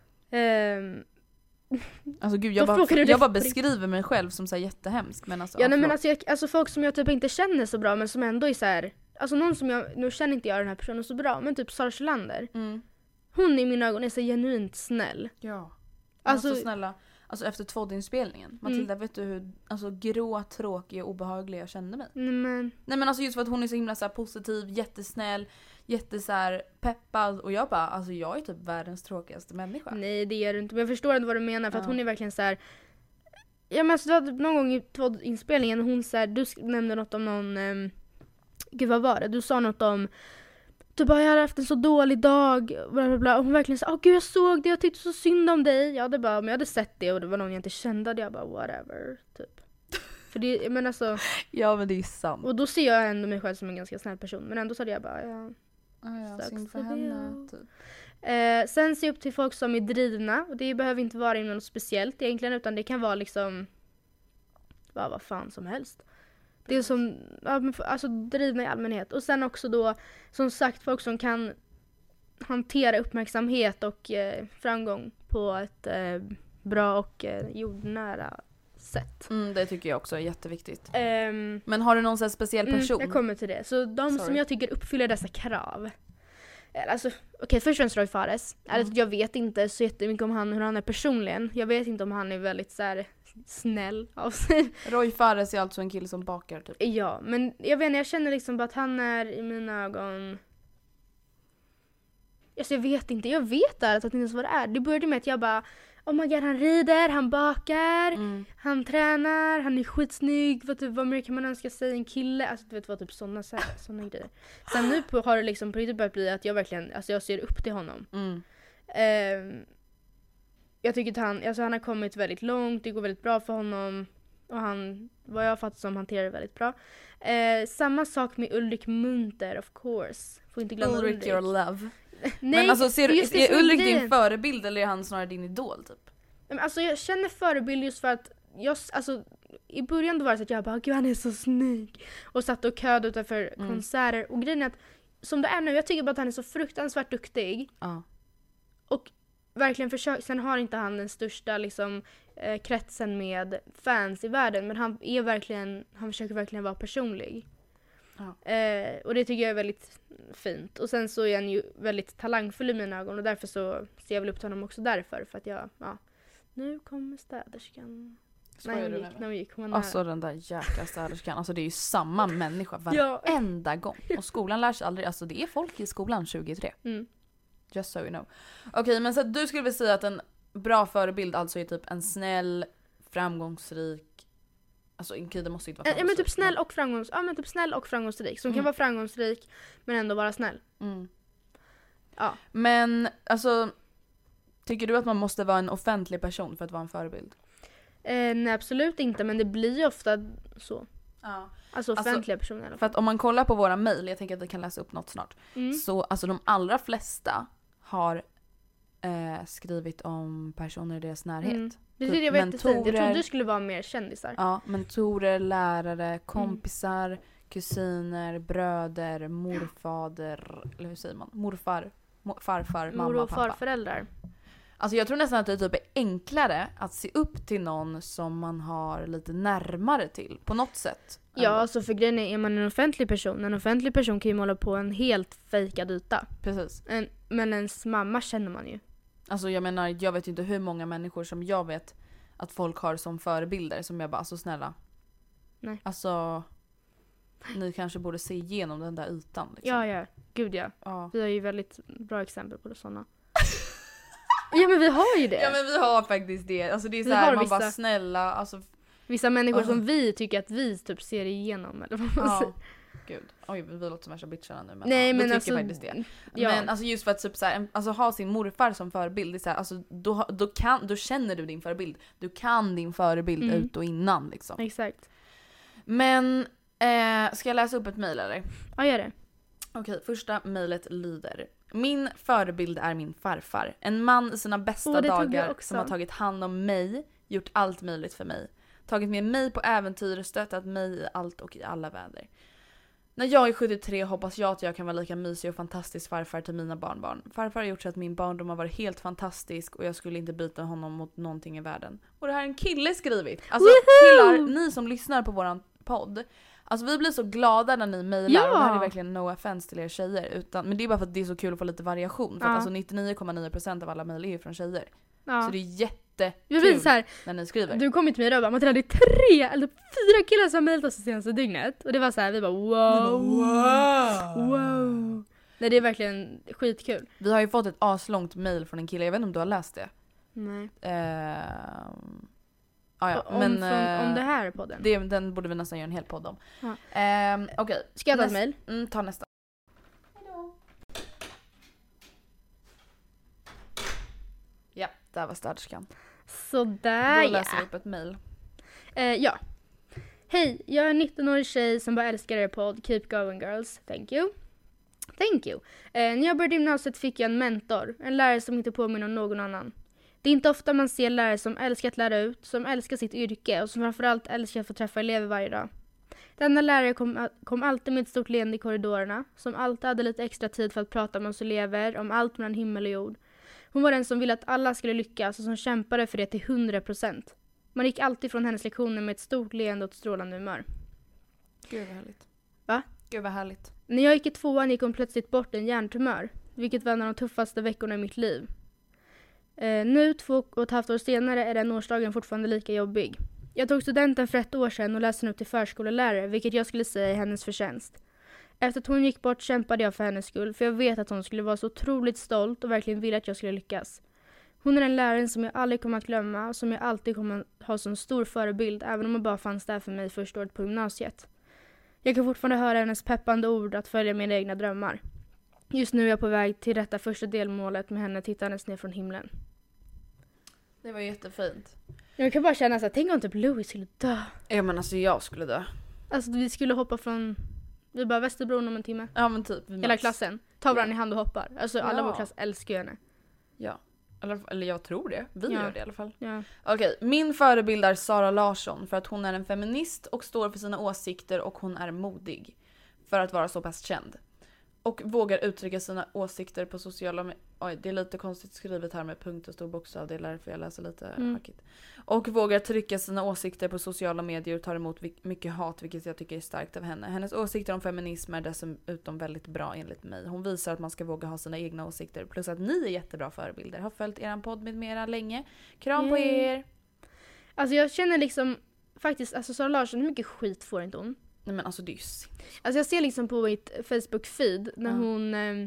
Um, Alltså gud, jag bara, jag bara beskriver mig själv som så här jättehemsk, men alltså, ja, nej, men alltså, jag, alltså folk som jag typ inte känner så bra men som ändå är så här, alltså någon som jag, nu känner inte jag den här personen så bra, men typ Sara Kjelander. Mm. Hon i mina ögon är så genuint snäll. Ja. Alltså så snälla. Alltså efter tvådinspelningen. Matilda, mm. vet du hur alltså grå, tråkig och obehaglig jag kände mig? Nej men Nej men alltså just för att hon är så himla så här positiv, jättesnäll, jätte så här peppad, och jag bara alltså jag är typ världens tråkigaste människa. Nej, det är du inte, men jag förstår inte vad du menar för ja. Att hon är verkligen så här. Ja men alltså det var någon gång i tvåinspelningen hon så här, du nämnde något om någon um, gud vad var det? Du sa något om Du bara, jag hade haft en så dålig dag. Bla bla bla. Och hon verkligen sa, åh gud jag såg det, jag tyckte så synd om dig. Jag hade bara, om jag hade sett det och det var någon jag inte kände, jag bara whatever, typ. För det, men alltså. Ja men det är sant. Och då ser jag ändå mig själv som en ganska snäll person. Men ändå så hade jag bara, ja. Ah, ja, synd för henne, typ. Eh, sen ser jag upp till folk som är drivna. Och det behöver inte vara något speciellt egentligen. Utan det kan vara liksom bara vad fan som helst. Det är som, alltså drivna i allmänhet. Och sen också då, som sagt, folk som kan hantera uppmärksamhet och eh, framgång på ett eh, bra och eh, jordnära sätt. Mm, det tycker jag också är jätteviktigt. Um, Men har du någon sån här speciell person? Mm, jag kommer till det. Så de Sorry. som jag tycker uppfyller dessa krav. Alltså, okej, okay, först och främst Roy Fares. Mm. Alltså, jag vet inte så jättemycket om han, hur han är personligen. Jag vet inte om han är väldigt så här snäll av sig. Roy Fares är alltså en kille som bakar typ. Ja, men jag vet inte, jag känner liksom bara att han är i mina ögon. Alltså, jag vet inte, jag vet där att det inte är vad det är. Det började med att jag bara, oh my god, han rider, han bakar, mm. han tränar, han är skitsnygg. Vad, typ, vad mer kan man önska sig en kille? Alltså du vet vad, typ sådana såna grejer. Sen nu på, har det liksom på riktigt börjat bli att jag verkligen, alltså jag ser upp till honom. Mm. Eh, jag tycker att han, alltså han har kommit väldigt långt, det går väldigt bra för honom. Och han, vad jag har fattat som, hanterar det väldigt bra. Eh, samma sak med Ulrik Munter, of course. Får inte glömma Ulrik. Ulrik. Your love. Nej, men alltså ser du, är, är Ulrik din grejen. förebild eller är han snarare din idol typ? Men alltså jag känner förebild just för att jag, alltså i början då var det så att jag bara, gud han är så snygg. Och satt och köade utanför mm. konserter. Och grejen är att, som det är nu, jag tycker bara att han är så fruktansvärt duktig. Ja. Och verkligen försöker, sen har inte han den största liksom eh, kretsen med fans i världen. Men han är verkligen, han försöker verkligen vara personlig. Ja. Eh, och det tycker jag är väldigt fint. Och sen så är han ju väldigt talangfull i mina ögon. Och därför så ser jag väl upp till honom också därför. För att jag, ja, nu kommer städerskan. Nej, hon gick, när hon gick, hon alltså den där jäkla städerskan. Alltså det är ju samma människa varenda gång. Och skolan lär sig aldrig, alltså det är folk i skolan tjugotre. Mm. Just so you know. Okej, okay, men så att du skulle väl säga att en bra förebild alltså är typ en snäll, framgångsrik. Alltså en kille måste inte vara framgångsrik. Ja, men typ snäll och framgångsrik. Ja, men typ snäll och framgångsrik. Som mm. kan vara framgångsrik men ändå vara snäll. Mm. Ja. Men alltså, tycker du att man måste vara en offentlig person för att vara en förebild? Eh, nej, absolut inte. Men det blir ju ofta så. Ja. Alltså offentliga alltså, personer. För att om man kollar på våra mejl, jag tänker att vi kan läsa upp något snart. Mm. Så alltså de allra flesta har eh, skrivit om personer i deras närhet. Mm. Det tyckte jag var jättefint. Jag trodde det skulle vara mer kändisar. Ja, mentorer, lärare, kompisar, mm. kusiner, bröder, morfader, eller hur säger man? Morfar, mor, farfar, mamma, Mor och pappa. farföräldrar. Alltså jag tror nästan att det typ är enklare att se upp till någon som man har lite närmare till på något sätt. Ja, alltså för grejen är, är man en offentlig person. En offentlig person kan ju måla på en helt fejkad yta. Precis. En, men ens mamma känner man ju. Alltså jag menar, jag vet inte hur många människor som jag vet att folk har som förebilder som jag bara, alltså snälla. Nej. Alltså, ni kanske borde se igenom den där ytan. Liksom. Ja, ja. Gud ja. ja. Vi har ju väldigt bra exempel på det sådana. Ja, men vi har ju det. Ja, men vi har faktiskt det. Alltså det är så här, man vissa, bara snälla. Alltså, vissa människor uh. som vi tycker att vi typ ser igenom. Eller vad man ja. säger. Gud. Oj, vi låter som värsta bitcharna nu. Men, nej, ja, men tycker alltså, faktiskt det. Ja. Men alltså just för att typ så här, alltså, ha sin morfar som förebild. Det är så här, alltså, då, då, kan, då känner du din förebild. Du kan din förebild mm. ut och innan. Liksom. Exakt. Men eh, ska jag läsa upp ett mejl eller? Ja, gör det. Okej, första mejlet lyder: min förebild är min farfar. En man i sina bästa oh, dagar som har tagit hand om mig, gjort allt möjligt för mig. Tagit med mig på äventyr, stöttat mig i allt och i alla väder. När jag är sjuttiotre hoppas jag att jag kan vara lika mysig och fantastisk farfar till mina barnbarn. Farfar har gjort så att min barndom har varit helt fantastisk och jag skulle inte byta honom mot någonting i världen. Och det här är en kille skrivit. Alltså killar, ni som lyssnar på våran podd. Alltså vi blir så glada när ni mejlar. Ja. Och det här är verkligen no offense till er tjejer. Utan, men det är bara för att det är så kul att få lite variation. För ja. att alltså nittionio komma nio procent av alla mejl är ju från tjejer. Ja. Så det är jättekul jag så här, när ni skriver. Du kom till mig och bara, Matilda, det är tre eller fyra killar som har mejlat oss det senaste dygnet. Och det var så här, vi bara wow. Vi bara, wow. wow. Nej, det är verkligen skitkul. Vi har ju fått ett aslångt mejl från en kille. Jag vet inte om du har läst det. Nej. Eh... Ah, ja. om, men, från, om det här podden. Det, den borde vi nästan göra en hel podd om. Ja. Eh, Okej. Okay. Ska jag ta ett mejl? Mm, ta nästa. Hejdå. Där var städerskan. Sådär Då läser ja. vi upp ett mejl. Eh, ja. Hej, jag är en nitton-årig tjej som bara älskar er podd. Keep going girls. Thank you. Thank you. Eh, när jag började gymnasiet fick jag en mentor. En lärare som inte påminner om någon annan. Det är inte ofta man ser lärare som älskar att lära ut, som älskar sitt yrke och som framförallt älskar att få träffa elever varje dag. Denna lärare kom, kom alltid med ett stort leende i korridorerna, som alltid hade lite extra tid för att prata med oss elever om allt mellan himmel och jord. Hon var den som ville att alla skulle lyckas och som kämpade för det till hundra procent. Man gick alltid från hennes lektioner med ett stort leende och ett strålande humör. Gud vad härligt. Va? Gud vad härligt. När jag gick i tvåan gick hon plötsligt bort en hjärntumör, vilket var en av de tuffaste veckorna i mitt liv. Eh, nu, två och ett halvt år senare, är den årsdagen fortfarande lika jobbig. Jag tog studenten för ett år sedan och läste nu till förskolelärare, vilket jag skulle säga är hennes förtjänst. Efter att hon gick bort kämpade jag för hennes skull, för jag vet att hon skulle vara så otroligt stolt och verkligen ville att jag skulle lyckas. Hon är den läraren som jag aldrig kommer att glömma och som jag alltid kommer att ha som stor förebild, även om hon bara fanns där för mig första året på gymnasiet. Jag kan fortfarande höra hennes peppande ord att följa mina egna drömmar. Just nu är jag på väg till detta första delmålet med henne tittandes ner från himlen. Det var jättefint. Jag kan bara känna så här, tänk om typ Louis skulle dö. Ja men alltså jag skulle dö. Alltså vi skulle hoppa från, vi bara Västerbron om en timme. Ja men typ. Hela klassen. Ta varandra i hand och hoppar. Alltså alla Ja. vår klass älskar ju henne. Ja. Eller, eller jag tror det. Vi Ja. gör det i alla fall. Ja. Okej, min förebild är Sara Larsson för att hon är en feminist och står för sina åsikter och hon är modig. För att vara så pass känd. Och vågar uttrycka sina åsikter på sociala medier. Oj, det är lite konstigt skrivet här med punkt och stor bokstav. Det är därför jag läser lite Mm. hackigt. Och vågar trycka sina åsikter på sociala medier och tar emot mycket hat, vilket jag tycker är starkt av henne. Hennes åsikter om feminism är dessutom väldigt bra enligt mig. Hon visar att man ska våga ha sina egna åsikter. Plus att ni är jättebra förebilder. Har följt eran podd med mera länge. Kram på Yay. er! Alltså jag känner liksom, faktiskt, alltså Sara Larsson, hur mycket skit får inte hon? Nej men alltså det är ju... Alltså jag ser liksom på mitt Facebook-feed när Ja. hon, eh,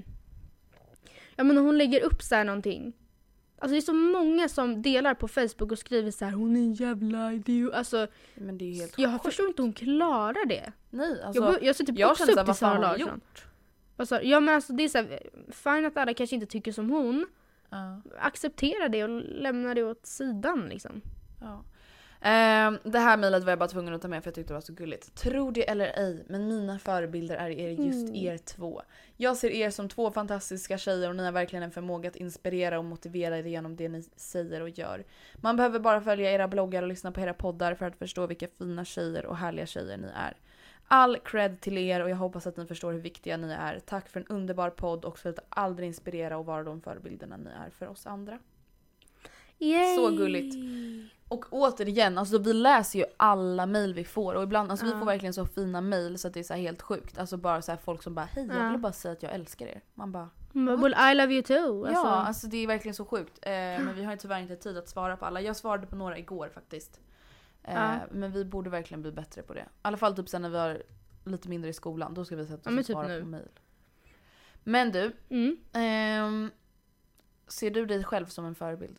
ja men när hon lägger upp så här någonting. Alltså det är så många som delar på Facebook och skriver så här, hon är en jävla idiot. Alltså Men det är ju helt jag sjukt. förstår inte hon klarar det. Nej, alltså... jag jag ser typ jag också känner upp så till här, vad Sara fan har hon Larsson. gjort? Vad sa du? Ja men alltså det är så här, fine att alla kanske inte tycker som hon. Ja. Acceptera det och lämna det åt sidan liksom. Ja. Ehm, det här mejlet var jag bara tvungen att ta med för jag tyckte det var så gulligt. Tror det eller ej, men mina förebilder är er, just Mm. er två. Jag ser er som två fantastiska tjejer och ni har verkligen en förmåga att inspirera och motivera er genom det ni säger och gör. Man behöver bara följa era bloggar och lyssna på era poddar för att förstå vilka fina tjejer och härliga tjejer ni är. All cred till er och jag hoppas att ni förstår hur viktiga ni är. Tack för en underbar podd och sluta aldrig inspirera och vara de förebilderna ni är för oss andra. Yay. Så gulligt. Och återigen, alltså vi läser ju alla mejl vi får och ibland, alltså Ja. vi får verkligen så fina mejl så att det är så här helt sjukt. Alltså bara så här folk som bara, hej jag Ja. vill bara säga att jag älskar er. Man bara, Mm, well, I love you too. Alltså, ja alltså det är verkligen så sjukt. Eh, men vi har ju tyvärr inte tid att svara på alla. Jag svarade på några igår faktiskt. Eh, Ja. Men vi borde verkligen bli bättre på det. I alla fall typ sen när vi har lite mindre i skolan. Då ska vi sätta oss Ja, men och typ svara nu. på mejl. Men du, mm. ehm, ser du dig själv som en förebild?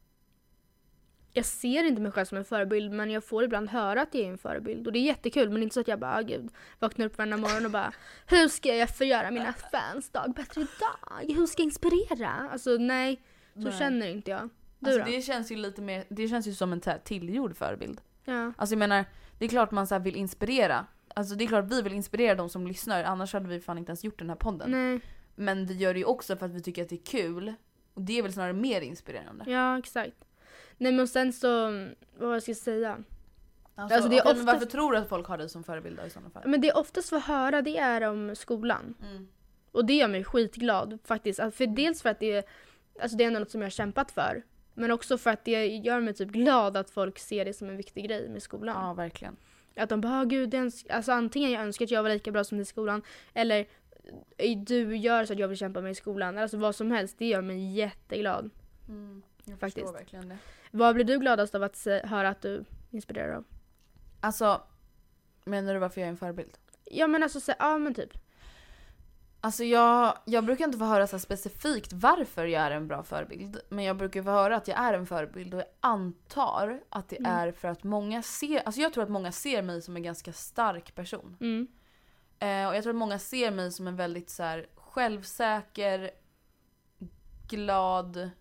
Jag ser inte mig själv som en förebild, men jag får ibland höra att jag är en förebild. Och det är jättekul, men inte så att jag bara, ah, gud, vaknar upp varje morgon och bara, hur ska jag få göra mina fans dag bättre idag? Hur ska jag inspirera? Alltså nej, så Nej. känner inte jag. Du Alltså då? det känns ju lite mer, det känns ju som en så här tillgjord förebild. Ja. Alltså jag menar, det är klart man så här vill inspirera. Alltså det är klart vi vill inspirera de som lyssnar, annars hade vi fan inte ens gjort den här podden. Nej. Men vi gör det ju också för att vi tycker att det är kul. Och det är väl snarare mer inspirerande. Ja, exakt. Nej men sen så, vad ska jag säga? Alltså, Alltså, det är okej, men oftast- varför tror du att folk har dig som förebild i sådana fall? Men det är oftast för höra, det är om skolan. Mm. Och det gör mig skitglad faktiskt. Alltså, för dels för att det är, alltså det är något som jag har kämpat för. Men också för att det gör mig typ glad att folk ser det som en viktig grej med skolan. Ja, verkligen. Att de bara, gud, det är en, alltså antingen jag önskar att jag var lika bra som du i skolan. Eller eh, du gör så att jag vill kämpa med i skolan. Alltså vad som helst, det gör mig jätteglad. Mm. Jag Faktiskt. förstår verkligen det. Vad blir du gladast av att se, höra att du inspirerar av? Alltså, menar du varför jag är en förebild? Ja men alltså, så, ja men typ. Alltså jag, jag brukar inte få höra så här specifikt varför jag är en bra förebild. Men jag brukar få höra att jag är en förebild och jag antar att det Mm. är för att många ser, alltså jag tror att många ser mig som en ganska stark person. Mm. Eh, och jag tror att många ser mig som en väldigt så här självsäker, glad,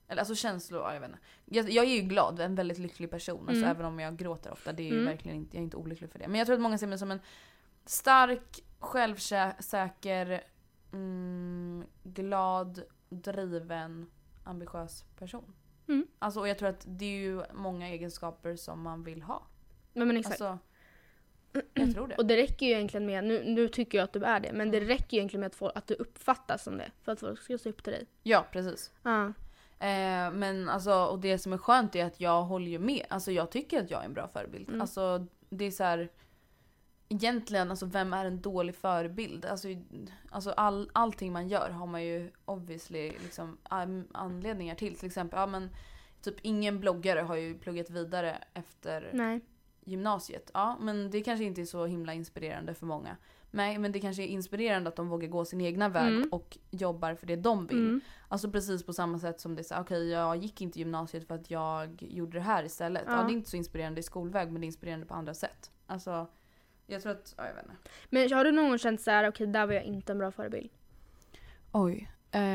Eller alltså känslor, ja, jag vet inte. Jag, jag är ju glad, en väldigt lycklig person. Alltså Mm. även om jag gråter ofta. Det är ju Mm. verkligen inte, jag är inte olycklig för det. Men jag tror att många ser mig som en stark, självsäker, mm, glad, driven, ambitiös person. Mm. Alltså och jag tror att det är ju många egenskaper som man vill ha. Men, men exakt. Alltså, jag tror det. Och det räcker ju egentligen med, nu, nu tycker jag att du är det, men det räcker ju egentligen med att, få, att du uppfattas som det. För att folk ska se upp till dig. Ja, precis. Ja. Eh, men alltså, och det som är skönt är att jag håller ju med. Alltså jag tycker att jag är en bra förebild. Mm. Alltså det är så här. Egentligen, alltså vem är en dålig förebild? Alltså, alltså all, allting man gör har man ju obviously liksom an- anledningar till. Till exempel, ja men typ ingen bloggare har ju pluggat vidare efter Nej. gymnasiet. Ja, men det kanske inte är så himla inspirerande för många. Nej, men det kanske är inspirerande att de vågar gå sin egna väg Mm. och jobbar för det de vill. Mm. Alltså precis på samma sätt som det är så okej, okay, jag gick inte gymnasiet för att jag gjorde det här istället. Ja. Ja. Det är inte så inspirerande i skolväg, men det är inspirerande på andra sätt. Alltså, jag tror att, ja, jag vet inte. Men har du någon gång känt så här, okej, där var jag inte en bra förebild? Oj.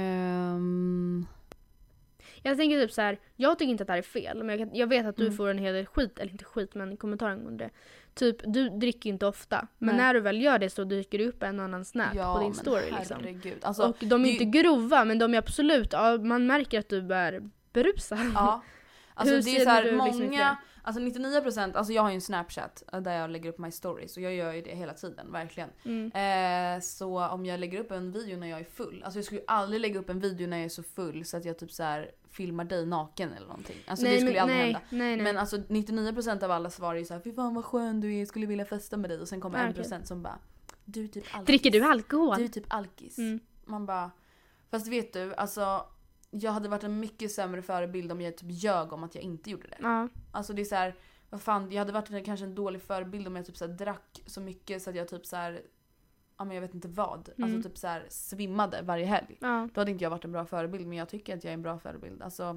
Um... Jag tänker typ så här, jag tycker inte att det här är fel, men jag, kan, jag vet att du Mm. får en hel del skit, eller inte skit, men kommentarer angående det. Typ, du dricker inte ofta, men Nej. när du väl gör det så dyker det upp en och annan snap Ja, på din men story liksom. herregud. Alltså, Och de är det- inte grova, men de är absolut, ja, man märker att du är berusad. Ja. Alltså Hur det är ser så här, du liksom i många, det? alltså nittionio procent, alltså jag har ju en Snapchat där jag lägger upp my stories och jag gör ju det hela tiden, verkligen. Mm. Eh, så om jag lägger upp en video när jag är full, alltså jag skulle ju aldrig lägga upp en video när jag är så full så att jag typ så här filmar dig naken eller någonting. Alltså Nej, det skulle men- aldrig nej, hända. nej, nej. Men alltså nittionio procent av alla svar är ju så här, fy fan vad skön du är, skulle vilja festa med dig. Och sen kommer Ah, en okej. procent som bara, du är typ alkis. Dricker du alkohol? Du är typ alkis. Mm. Man bara, fast vet du, alltså jag hade varit en mycket sämre förebild om jag typ ljög om att jag inte gjorde det. Ja. Alltså det är så här, vad fan, jag hade varit en, kanske en dålig förebild om jag typ så här drack så mycket så att jag typ så här, ja men jag vet inte vad, Mm. alltså typ så här svimmade varje helg. Ja. Då hade inte jag varit en bra förebild, men jag tycker att jag är en bra förebild. Alltså,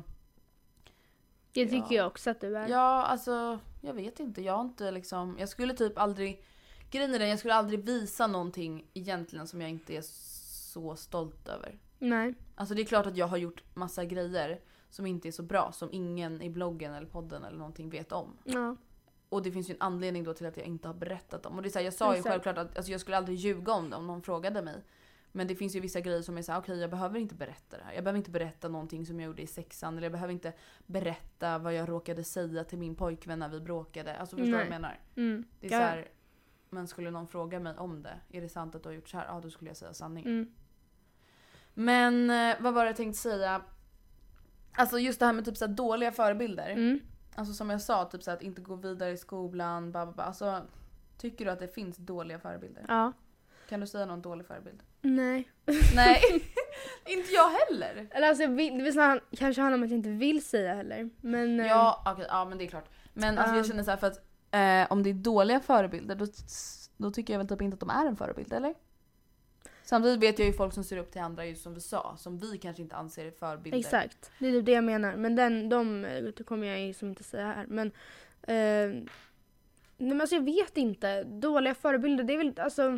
Det tycker Ja. jag också att du är. ja alltså, jag vet inte, jag har inte liksom, jag skulle typ aldrig, grejen är den, jag skulle aldrig visa någonting egentligen som jag inte är så stolt över. Nej. Alltså det är klart att jag har gjort massa grejer som inte är så bra, som ingen i bloggen eller podden eller någonting vet om. Ja. Och det finns ju en anledning då till att jag inte har berättat om. Och det är så här, jag sa ju Exakt. självklart att alltså, jag skulle aldrig ljuga om det om någon frågade mig. Men det finns ju vissa grejer som är så här: okej, okay, jag behöver inte berätta det här. Jag behöver inte berätta någonting som jag gjorde i sexan. Eller jag behöver inte berätta vad jag råkade säga till min pojkvän när vi bråkade. Alltså förstår du vad jag Nej. menar? Mm. Det är Ja. så här, men skulle någon fråga mig om det, är det sant att du har gjort så här? Ja, då skulle jag säga sanning. Mm. Men eh, vad var det jag tänkte säga? Alltså just det här med typ så här dåliga förebilder. Mm. Alltså som jag sa, typ så här att inte gå vidare i skolan, bababa. Alltså tycker du att det finns dåliga förebilder? Ja. Kan du säga någon dålig förebild? Nej. Nej, inte jag heller. Eller alltså, jag vill, det vill snarare, kanske handla om att jag inte vill säga heller. Men, eh, Ja, okej, ja men det är klart. Men alltså jag Ja. känner så här för att eh, om det är dåliga förebilder då, då tycker jag väl typ inte att de är en förebild, eller? Samtidigt vet jag ju folk som ser upp till andra, just som vi sa, som vi kanske inte anser är förebilder. Exakt, det är typ det jag menar. Men den, de eh, det kommer jag ju som inte säga här. Men, eh, nej, men alltså jag vet inte. Dåliga förebilder, det är väl alltså...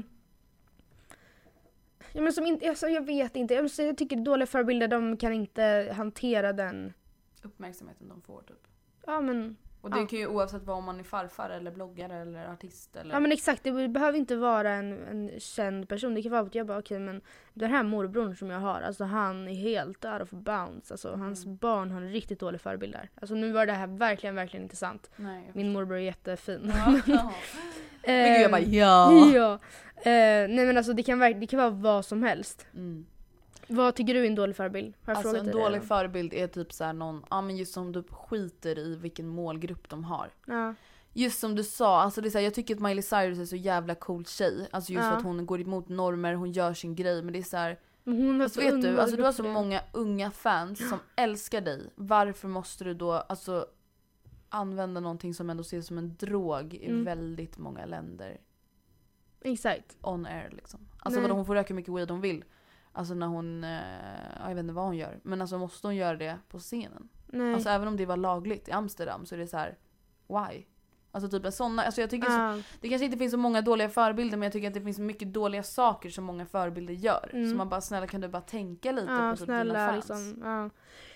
Ja, men som inte, alltså jag vet inte. Jag, jag tycker dåliga förebilder, de kan inte hantera den... Uppmärksamheten de får typ. Ja men... Och det Ja. kan ju oavsett vad, om man är farfar eller bloggare eller artist eller... Ja men exakt, det behöver inte vara en, en känd person. Det kan vara att jag bara, okej men den här morbrorn som jag har, alltså han är helt out of bounds. Alltså Mm. hans barn har en riktigt dålig förebild där. Alltså nu var det här verkligen, verkligen inte sant. Nej, jag Min morbror är jättefin. Ja, ja. Eh, Men gud, jag bara ja. ja. Eh, nej men alltså det kan, verk- det kan vara vad som helst. Mm. Vad tycker du är en dålig förebild? Har jag Alltså frågat en dig det dålig redan? förebild är typ så här någon, ja men just som du skiter i vilken målgrupp de har. Ja. Just som du sa, alltså det är så här, jag tycker att Miley Cyrus är så jävla cool tjej. Alltså just Ja. för att hon går emot normer, hon gör sin grej, men det är så här, Men hon var alltså så vet ung du, alltså du har så målgrupp för det. många unga fans som älskar dig. Varför måste du då alltså använda någonting som ändå ses som en drog i Mm. väldigt många länder Exakt. on air liksom. Alltså Nej. vadå, hon får röka hur mycket weed hon vill. Alltså när hon, eh, jag vet inte vad hon gör. Men alltså måste hon göra det på scenen? Nej. Alltså även om det var lagligt i Amsterdam så är det så här: why? Alltså typ såna, alltså jag tycker så, Ja. det kanske inte finns så många dåliga förebilder, men jag tycker att det finns mycket dåliga saker som många förebilder gör. Mm. Så man bara, snälla kan du bara tänka lite Ja, på typ snälla dina fans? liksom. Ja.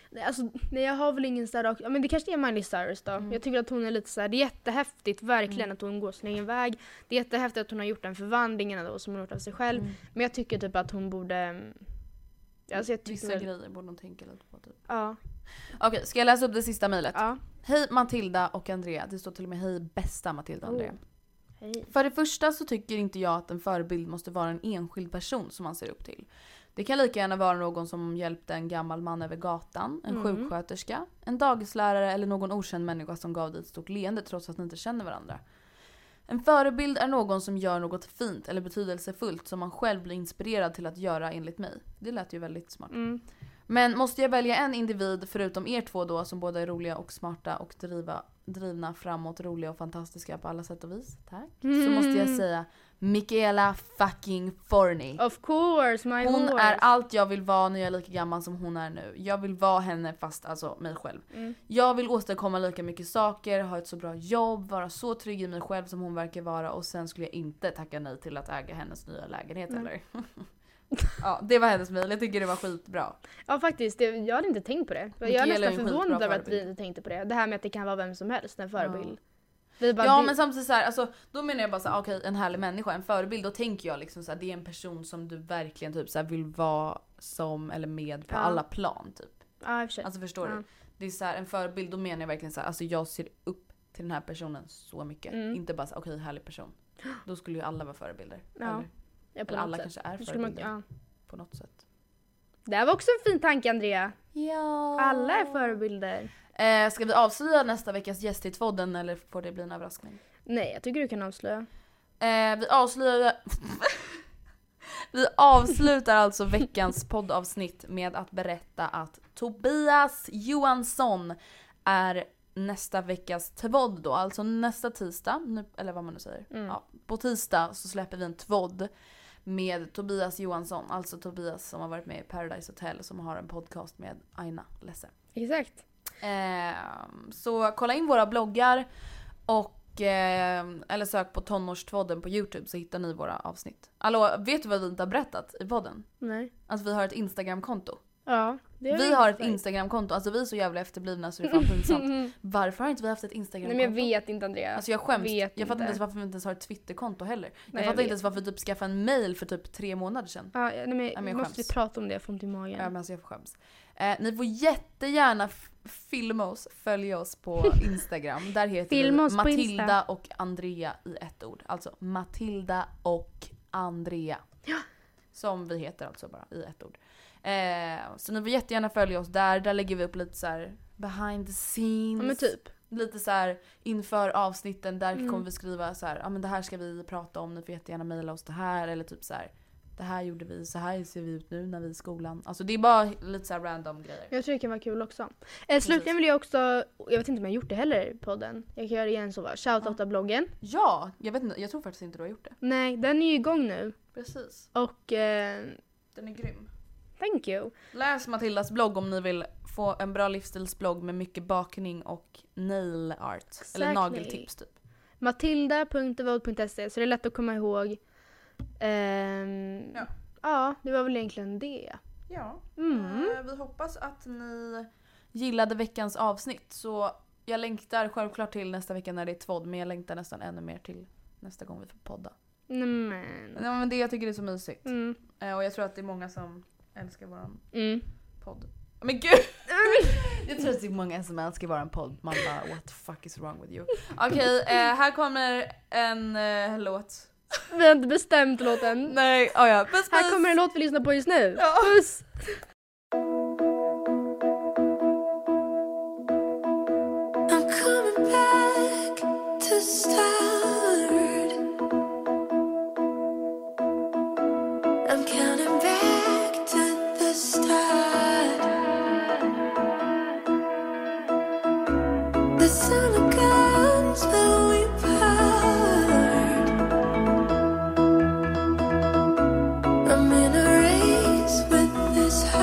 Nej, alltså, nej, jag har väl ingen så här, ja, men det kanske är Miley Cyrus då. Mm. Jag tycker att hon är lite så här, det är jättehäftigt verkligen mm. att hon går sin egen väg. Det är jättehäftigt att hon har gjort den förvandlingen då, som hon har gjort av sig själv. Mm. Men jag tycker typ att hon borde... Alltså, jag Vissa väl... grejer borde hon tänka lite på typ. Ja. Okej, okay, ska jag läsa upp det sista mejlet? Ja. Hej Matilda och Andrea. Det står till och med hej bästa Matilda och Andrea. Oh. Hej. För det första så tycker inte jag att en förebild måste vara en enskild person som man ser upp till. Det kan lika gärna vara någon som hjälpte en gammal man över gatan, en mm. sjuksköterska, en dagislärare eller någon okänd människa som gav dig ett stort leende trots att ni inte känner varandra. En förebild är någon som gör något fint eller betydelsefullt som man själv blir inspirerad till att göra enligt mig. Det lät ju väldigt smart. Mm. Men måste jag välja en individ förutom er två då som båda är roliga och smarta och driva, drivna framåt, roliga och fantastiska på alla sätt och vis, tack. Mm. Så måste jag säga Michaela fucking Forni. Of course, my Hon horse. är allt jag vill vara när jag är lika gammal som hon är nu. Jag vill vara henne fast alltså mig själv. Mm. Jag vill åstadkomma lika mycket saker, ha ett så bra jobb, vara så trygg i mig själv som hon verkar vara och sen skulle jag inte tacka nej till att äga hennes nya lägenhet mm. eller. Ja, det var hennes mejl. Jag tycker det var skitbra. Ja, faktiskt. Det, jag hade inte tänkt på det. Jag är nästan förvånad över att vi inte tänkte på det. Det här med att det kan vara vem som helst, en förebild. Ja. Vi bara, ja, vi... men samtidigt så här, alltså, då menar jag bara så här, okej, okay, en härlig människa, en förebild. Då tänker jag liksom så här, det är en person som du verkligen typ så här, vill vara som eller med på ja. alla plan typ. Ja, i och för sig. Alltså förstår ja. du? Det är så här, en förebild, då menar jag verkligen så här, alltså jag ser upp till den här personen så mycket. Mm. Inte bara så okej, okay, härlig person. Då skulle ju alla vara förebilder. Ja. Eller, ja, eller alla sätt. kanske är förebilder. Man, ja. På något sätt. Det här var också en fin tanke, Andrea. Ja. Alla är förebilder. Eh, ska vi avslöja nästa veckas gäst i tvådden eller får det bli en överraskning? Nej, jag tycker du kan avslöja. Eh, vi avslöjar... vi avslutar alltså veckans poddavsnitt med att berätta att Tobias Johansson är nästa veckas tvodd då. Alltså nästa tisdag, nu, eller vad man nu säger. Mm. Ja, på tisdag så släpper vi en tvodd med Tobias Johansson, alltså Tobias som har varit med i Paradise Hotel, som har en podcast med Aina Lesse. Exakt. Eh, så kolla in våra bloggar och eh, eller sök på tonårstvådden på YouTube så hittar ni våra avsnitt. Hallå, vet du vad vi inte har berättat i podden? Nej. Alltså vi har ett Instagram-konto. Ja, det är vi har ett Instagram-konto. Alltså vi är så jävla efterblivna så det är fan pinsamt. Varför har inte vi haft ett Instagram-konto? Nej, men jag vet inte, Andrea. Alltså jag skäms. Vet jag fattar inte ens varför vi inte ens har ett Twitter-konto heller. Nej, jag fattar jag inte ens varför vi typ skaffade en mail för typ tre månader sedan. Ja, nej, men, nej, men måste vi prata om det, jag får ont i magen. Ja, men alltså jag får skäms. Eh, ni får jättegärna f- filma oss, följa oss på Instagram. Där heter vi Matilda och Andrea i ett ord. Alltså Matilda och Andrea. Ja. Som vi heter alltså bara i ett ord. Eh, så ni får jättegärna följa oss där. Där lägger vi upp lite så här behind the scenes. Ja, men typ. Lite så här inför avsnitten. Där mm. kommer vi skriva så här, ja men det här ska vi prata om. Ni får jättegärna mejla oss det här. Eller typ så här, det här gjorde vi, så här ser vi ut nu när vi är i skolan. Alltså det är bara lite så här random grejer. Jag tror det kan vara kul också. Eh, slutligen vill jag också, jag vet inte om jag har gjort det heller i podden. Jag kan göra det igen så va. Shoutouta bloggen. Ja, jag vet inte, jag tror faktiskt inte du har gjort det. Nej, den är ju igång nu. Precis. Och eh, den är grym. Thank you. Läs Matildas blogg om ni vill få en bra livsstilsblogg med mycket bakning och nail art. Exactly. Eller nageltips typ. matilda punkt devote punkt se, så det är lätt att komma ihåg. Um, ja. ja, det var väl egentligen det. Ja, mm. eh, vi hoppas att ni gillade veckans avsnitt. Så jag längtar självklart till nästa vecka när det är tvådd. Men jag längtar nästan ännu mer till nästa gång vi får podda. Mm. Ja, men det jag tycker det är så mysigt. Mm. eh, Och jag tror att det är många som älskar våran mm. podd. Men gud! Jag tror att det är många som älskar våran podd. Man bara, what the fuck is wrong with you? Okej, okay, eh, här kommer en eh, låt. Vi har inte bestämt låten. Nej, oh ja. Puss, puss. Här kommer en låt vi lyssnar på just nu. Ja. Puss! I'm coming back to start. I'm counting back to the start. The sun comes when we part. I'm in a race with this heart.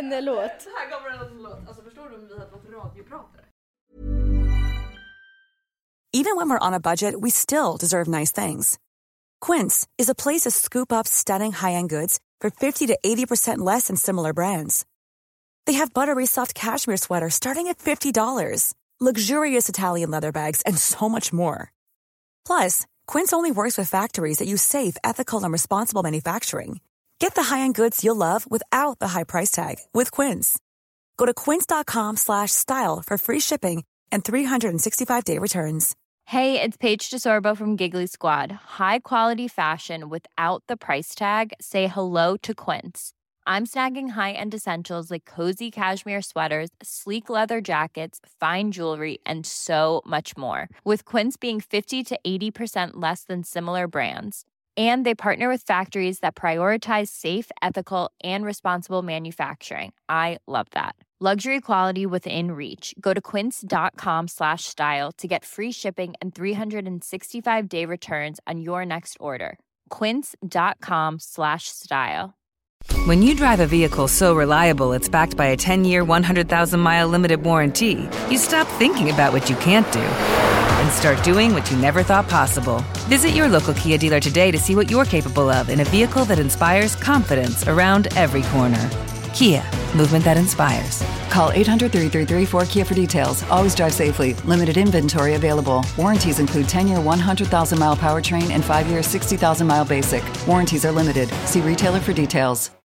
en eh, låt. Här kommer en låt. Alltså förstår du om vi hade varit radiopratare? Even when we're on a budget, we still deserve nice things. Quince is a place to scoop up stunning high-end goods for fifty to eighty percent less than similar brands. They have buttery soft cashmere sweaters starting at fifty dollars, luxurious Italian leather bags, and so much more. Plus, Quince only works with factories that use safe, ethical, and responsible manufacturing. Get the high-end goods you'll love without the high price tag with Quince. Go to quince.com slash style for free shipping and three sixty-five day returns. Hey, it's Paige DeSorbo from Giggly Squad. High quality fashion without the price tag. Say hello to Quince. I'm snagging high-end essentials like cozy cashmere sweaters, sleek leather jackets, fine jewelry, and so much more. With Quince being fifty to eighty percent less than similar brands. And they partner with factories that prioritize safe, ethical, and responsible manufacturing. I love that. Luxury quality within reach. Go to quince.com slash style to get free shipping and three sixty-five day returns on your next order. Quince.com slash style. When you drive a vehicle so reliable it's backed by a ten-year, one hundred thousand mile limited warranty, you stop thinking about what you can't do and start doing what you never thought possible. Visit your local Kia dealer today to see what you're capable of in a vehicle that inspires confidence around every corner. Kia, movement that inspires. Call eight hundred, three three three, four K I A for details. Always drive safely. Limited inventory available. Warranties include ten-year, one hundred thousand mile powertrain and five-year, sixty thousand mile basic. Warranties are limited. See retailer for details.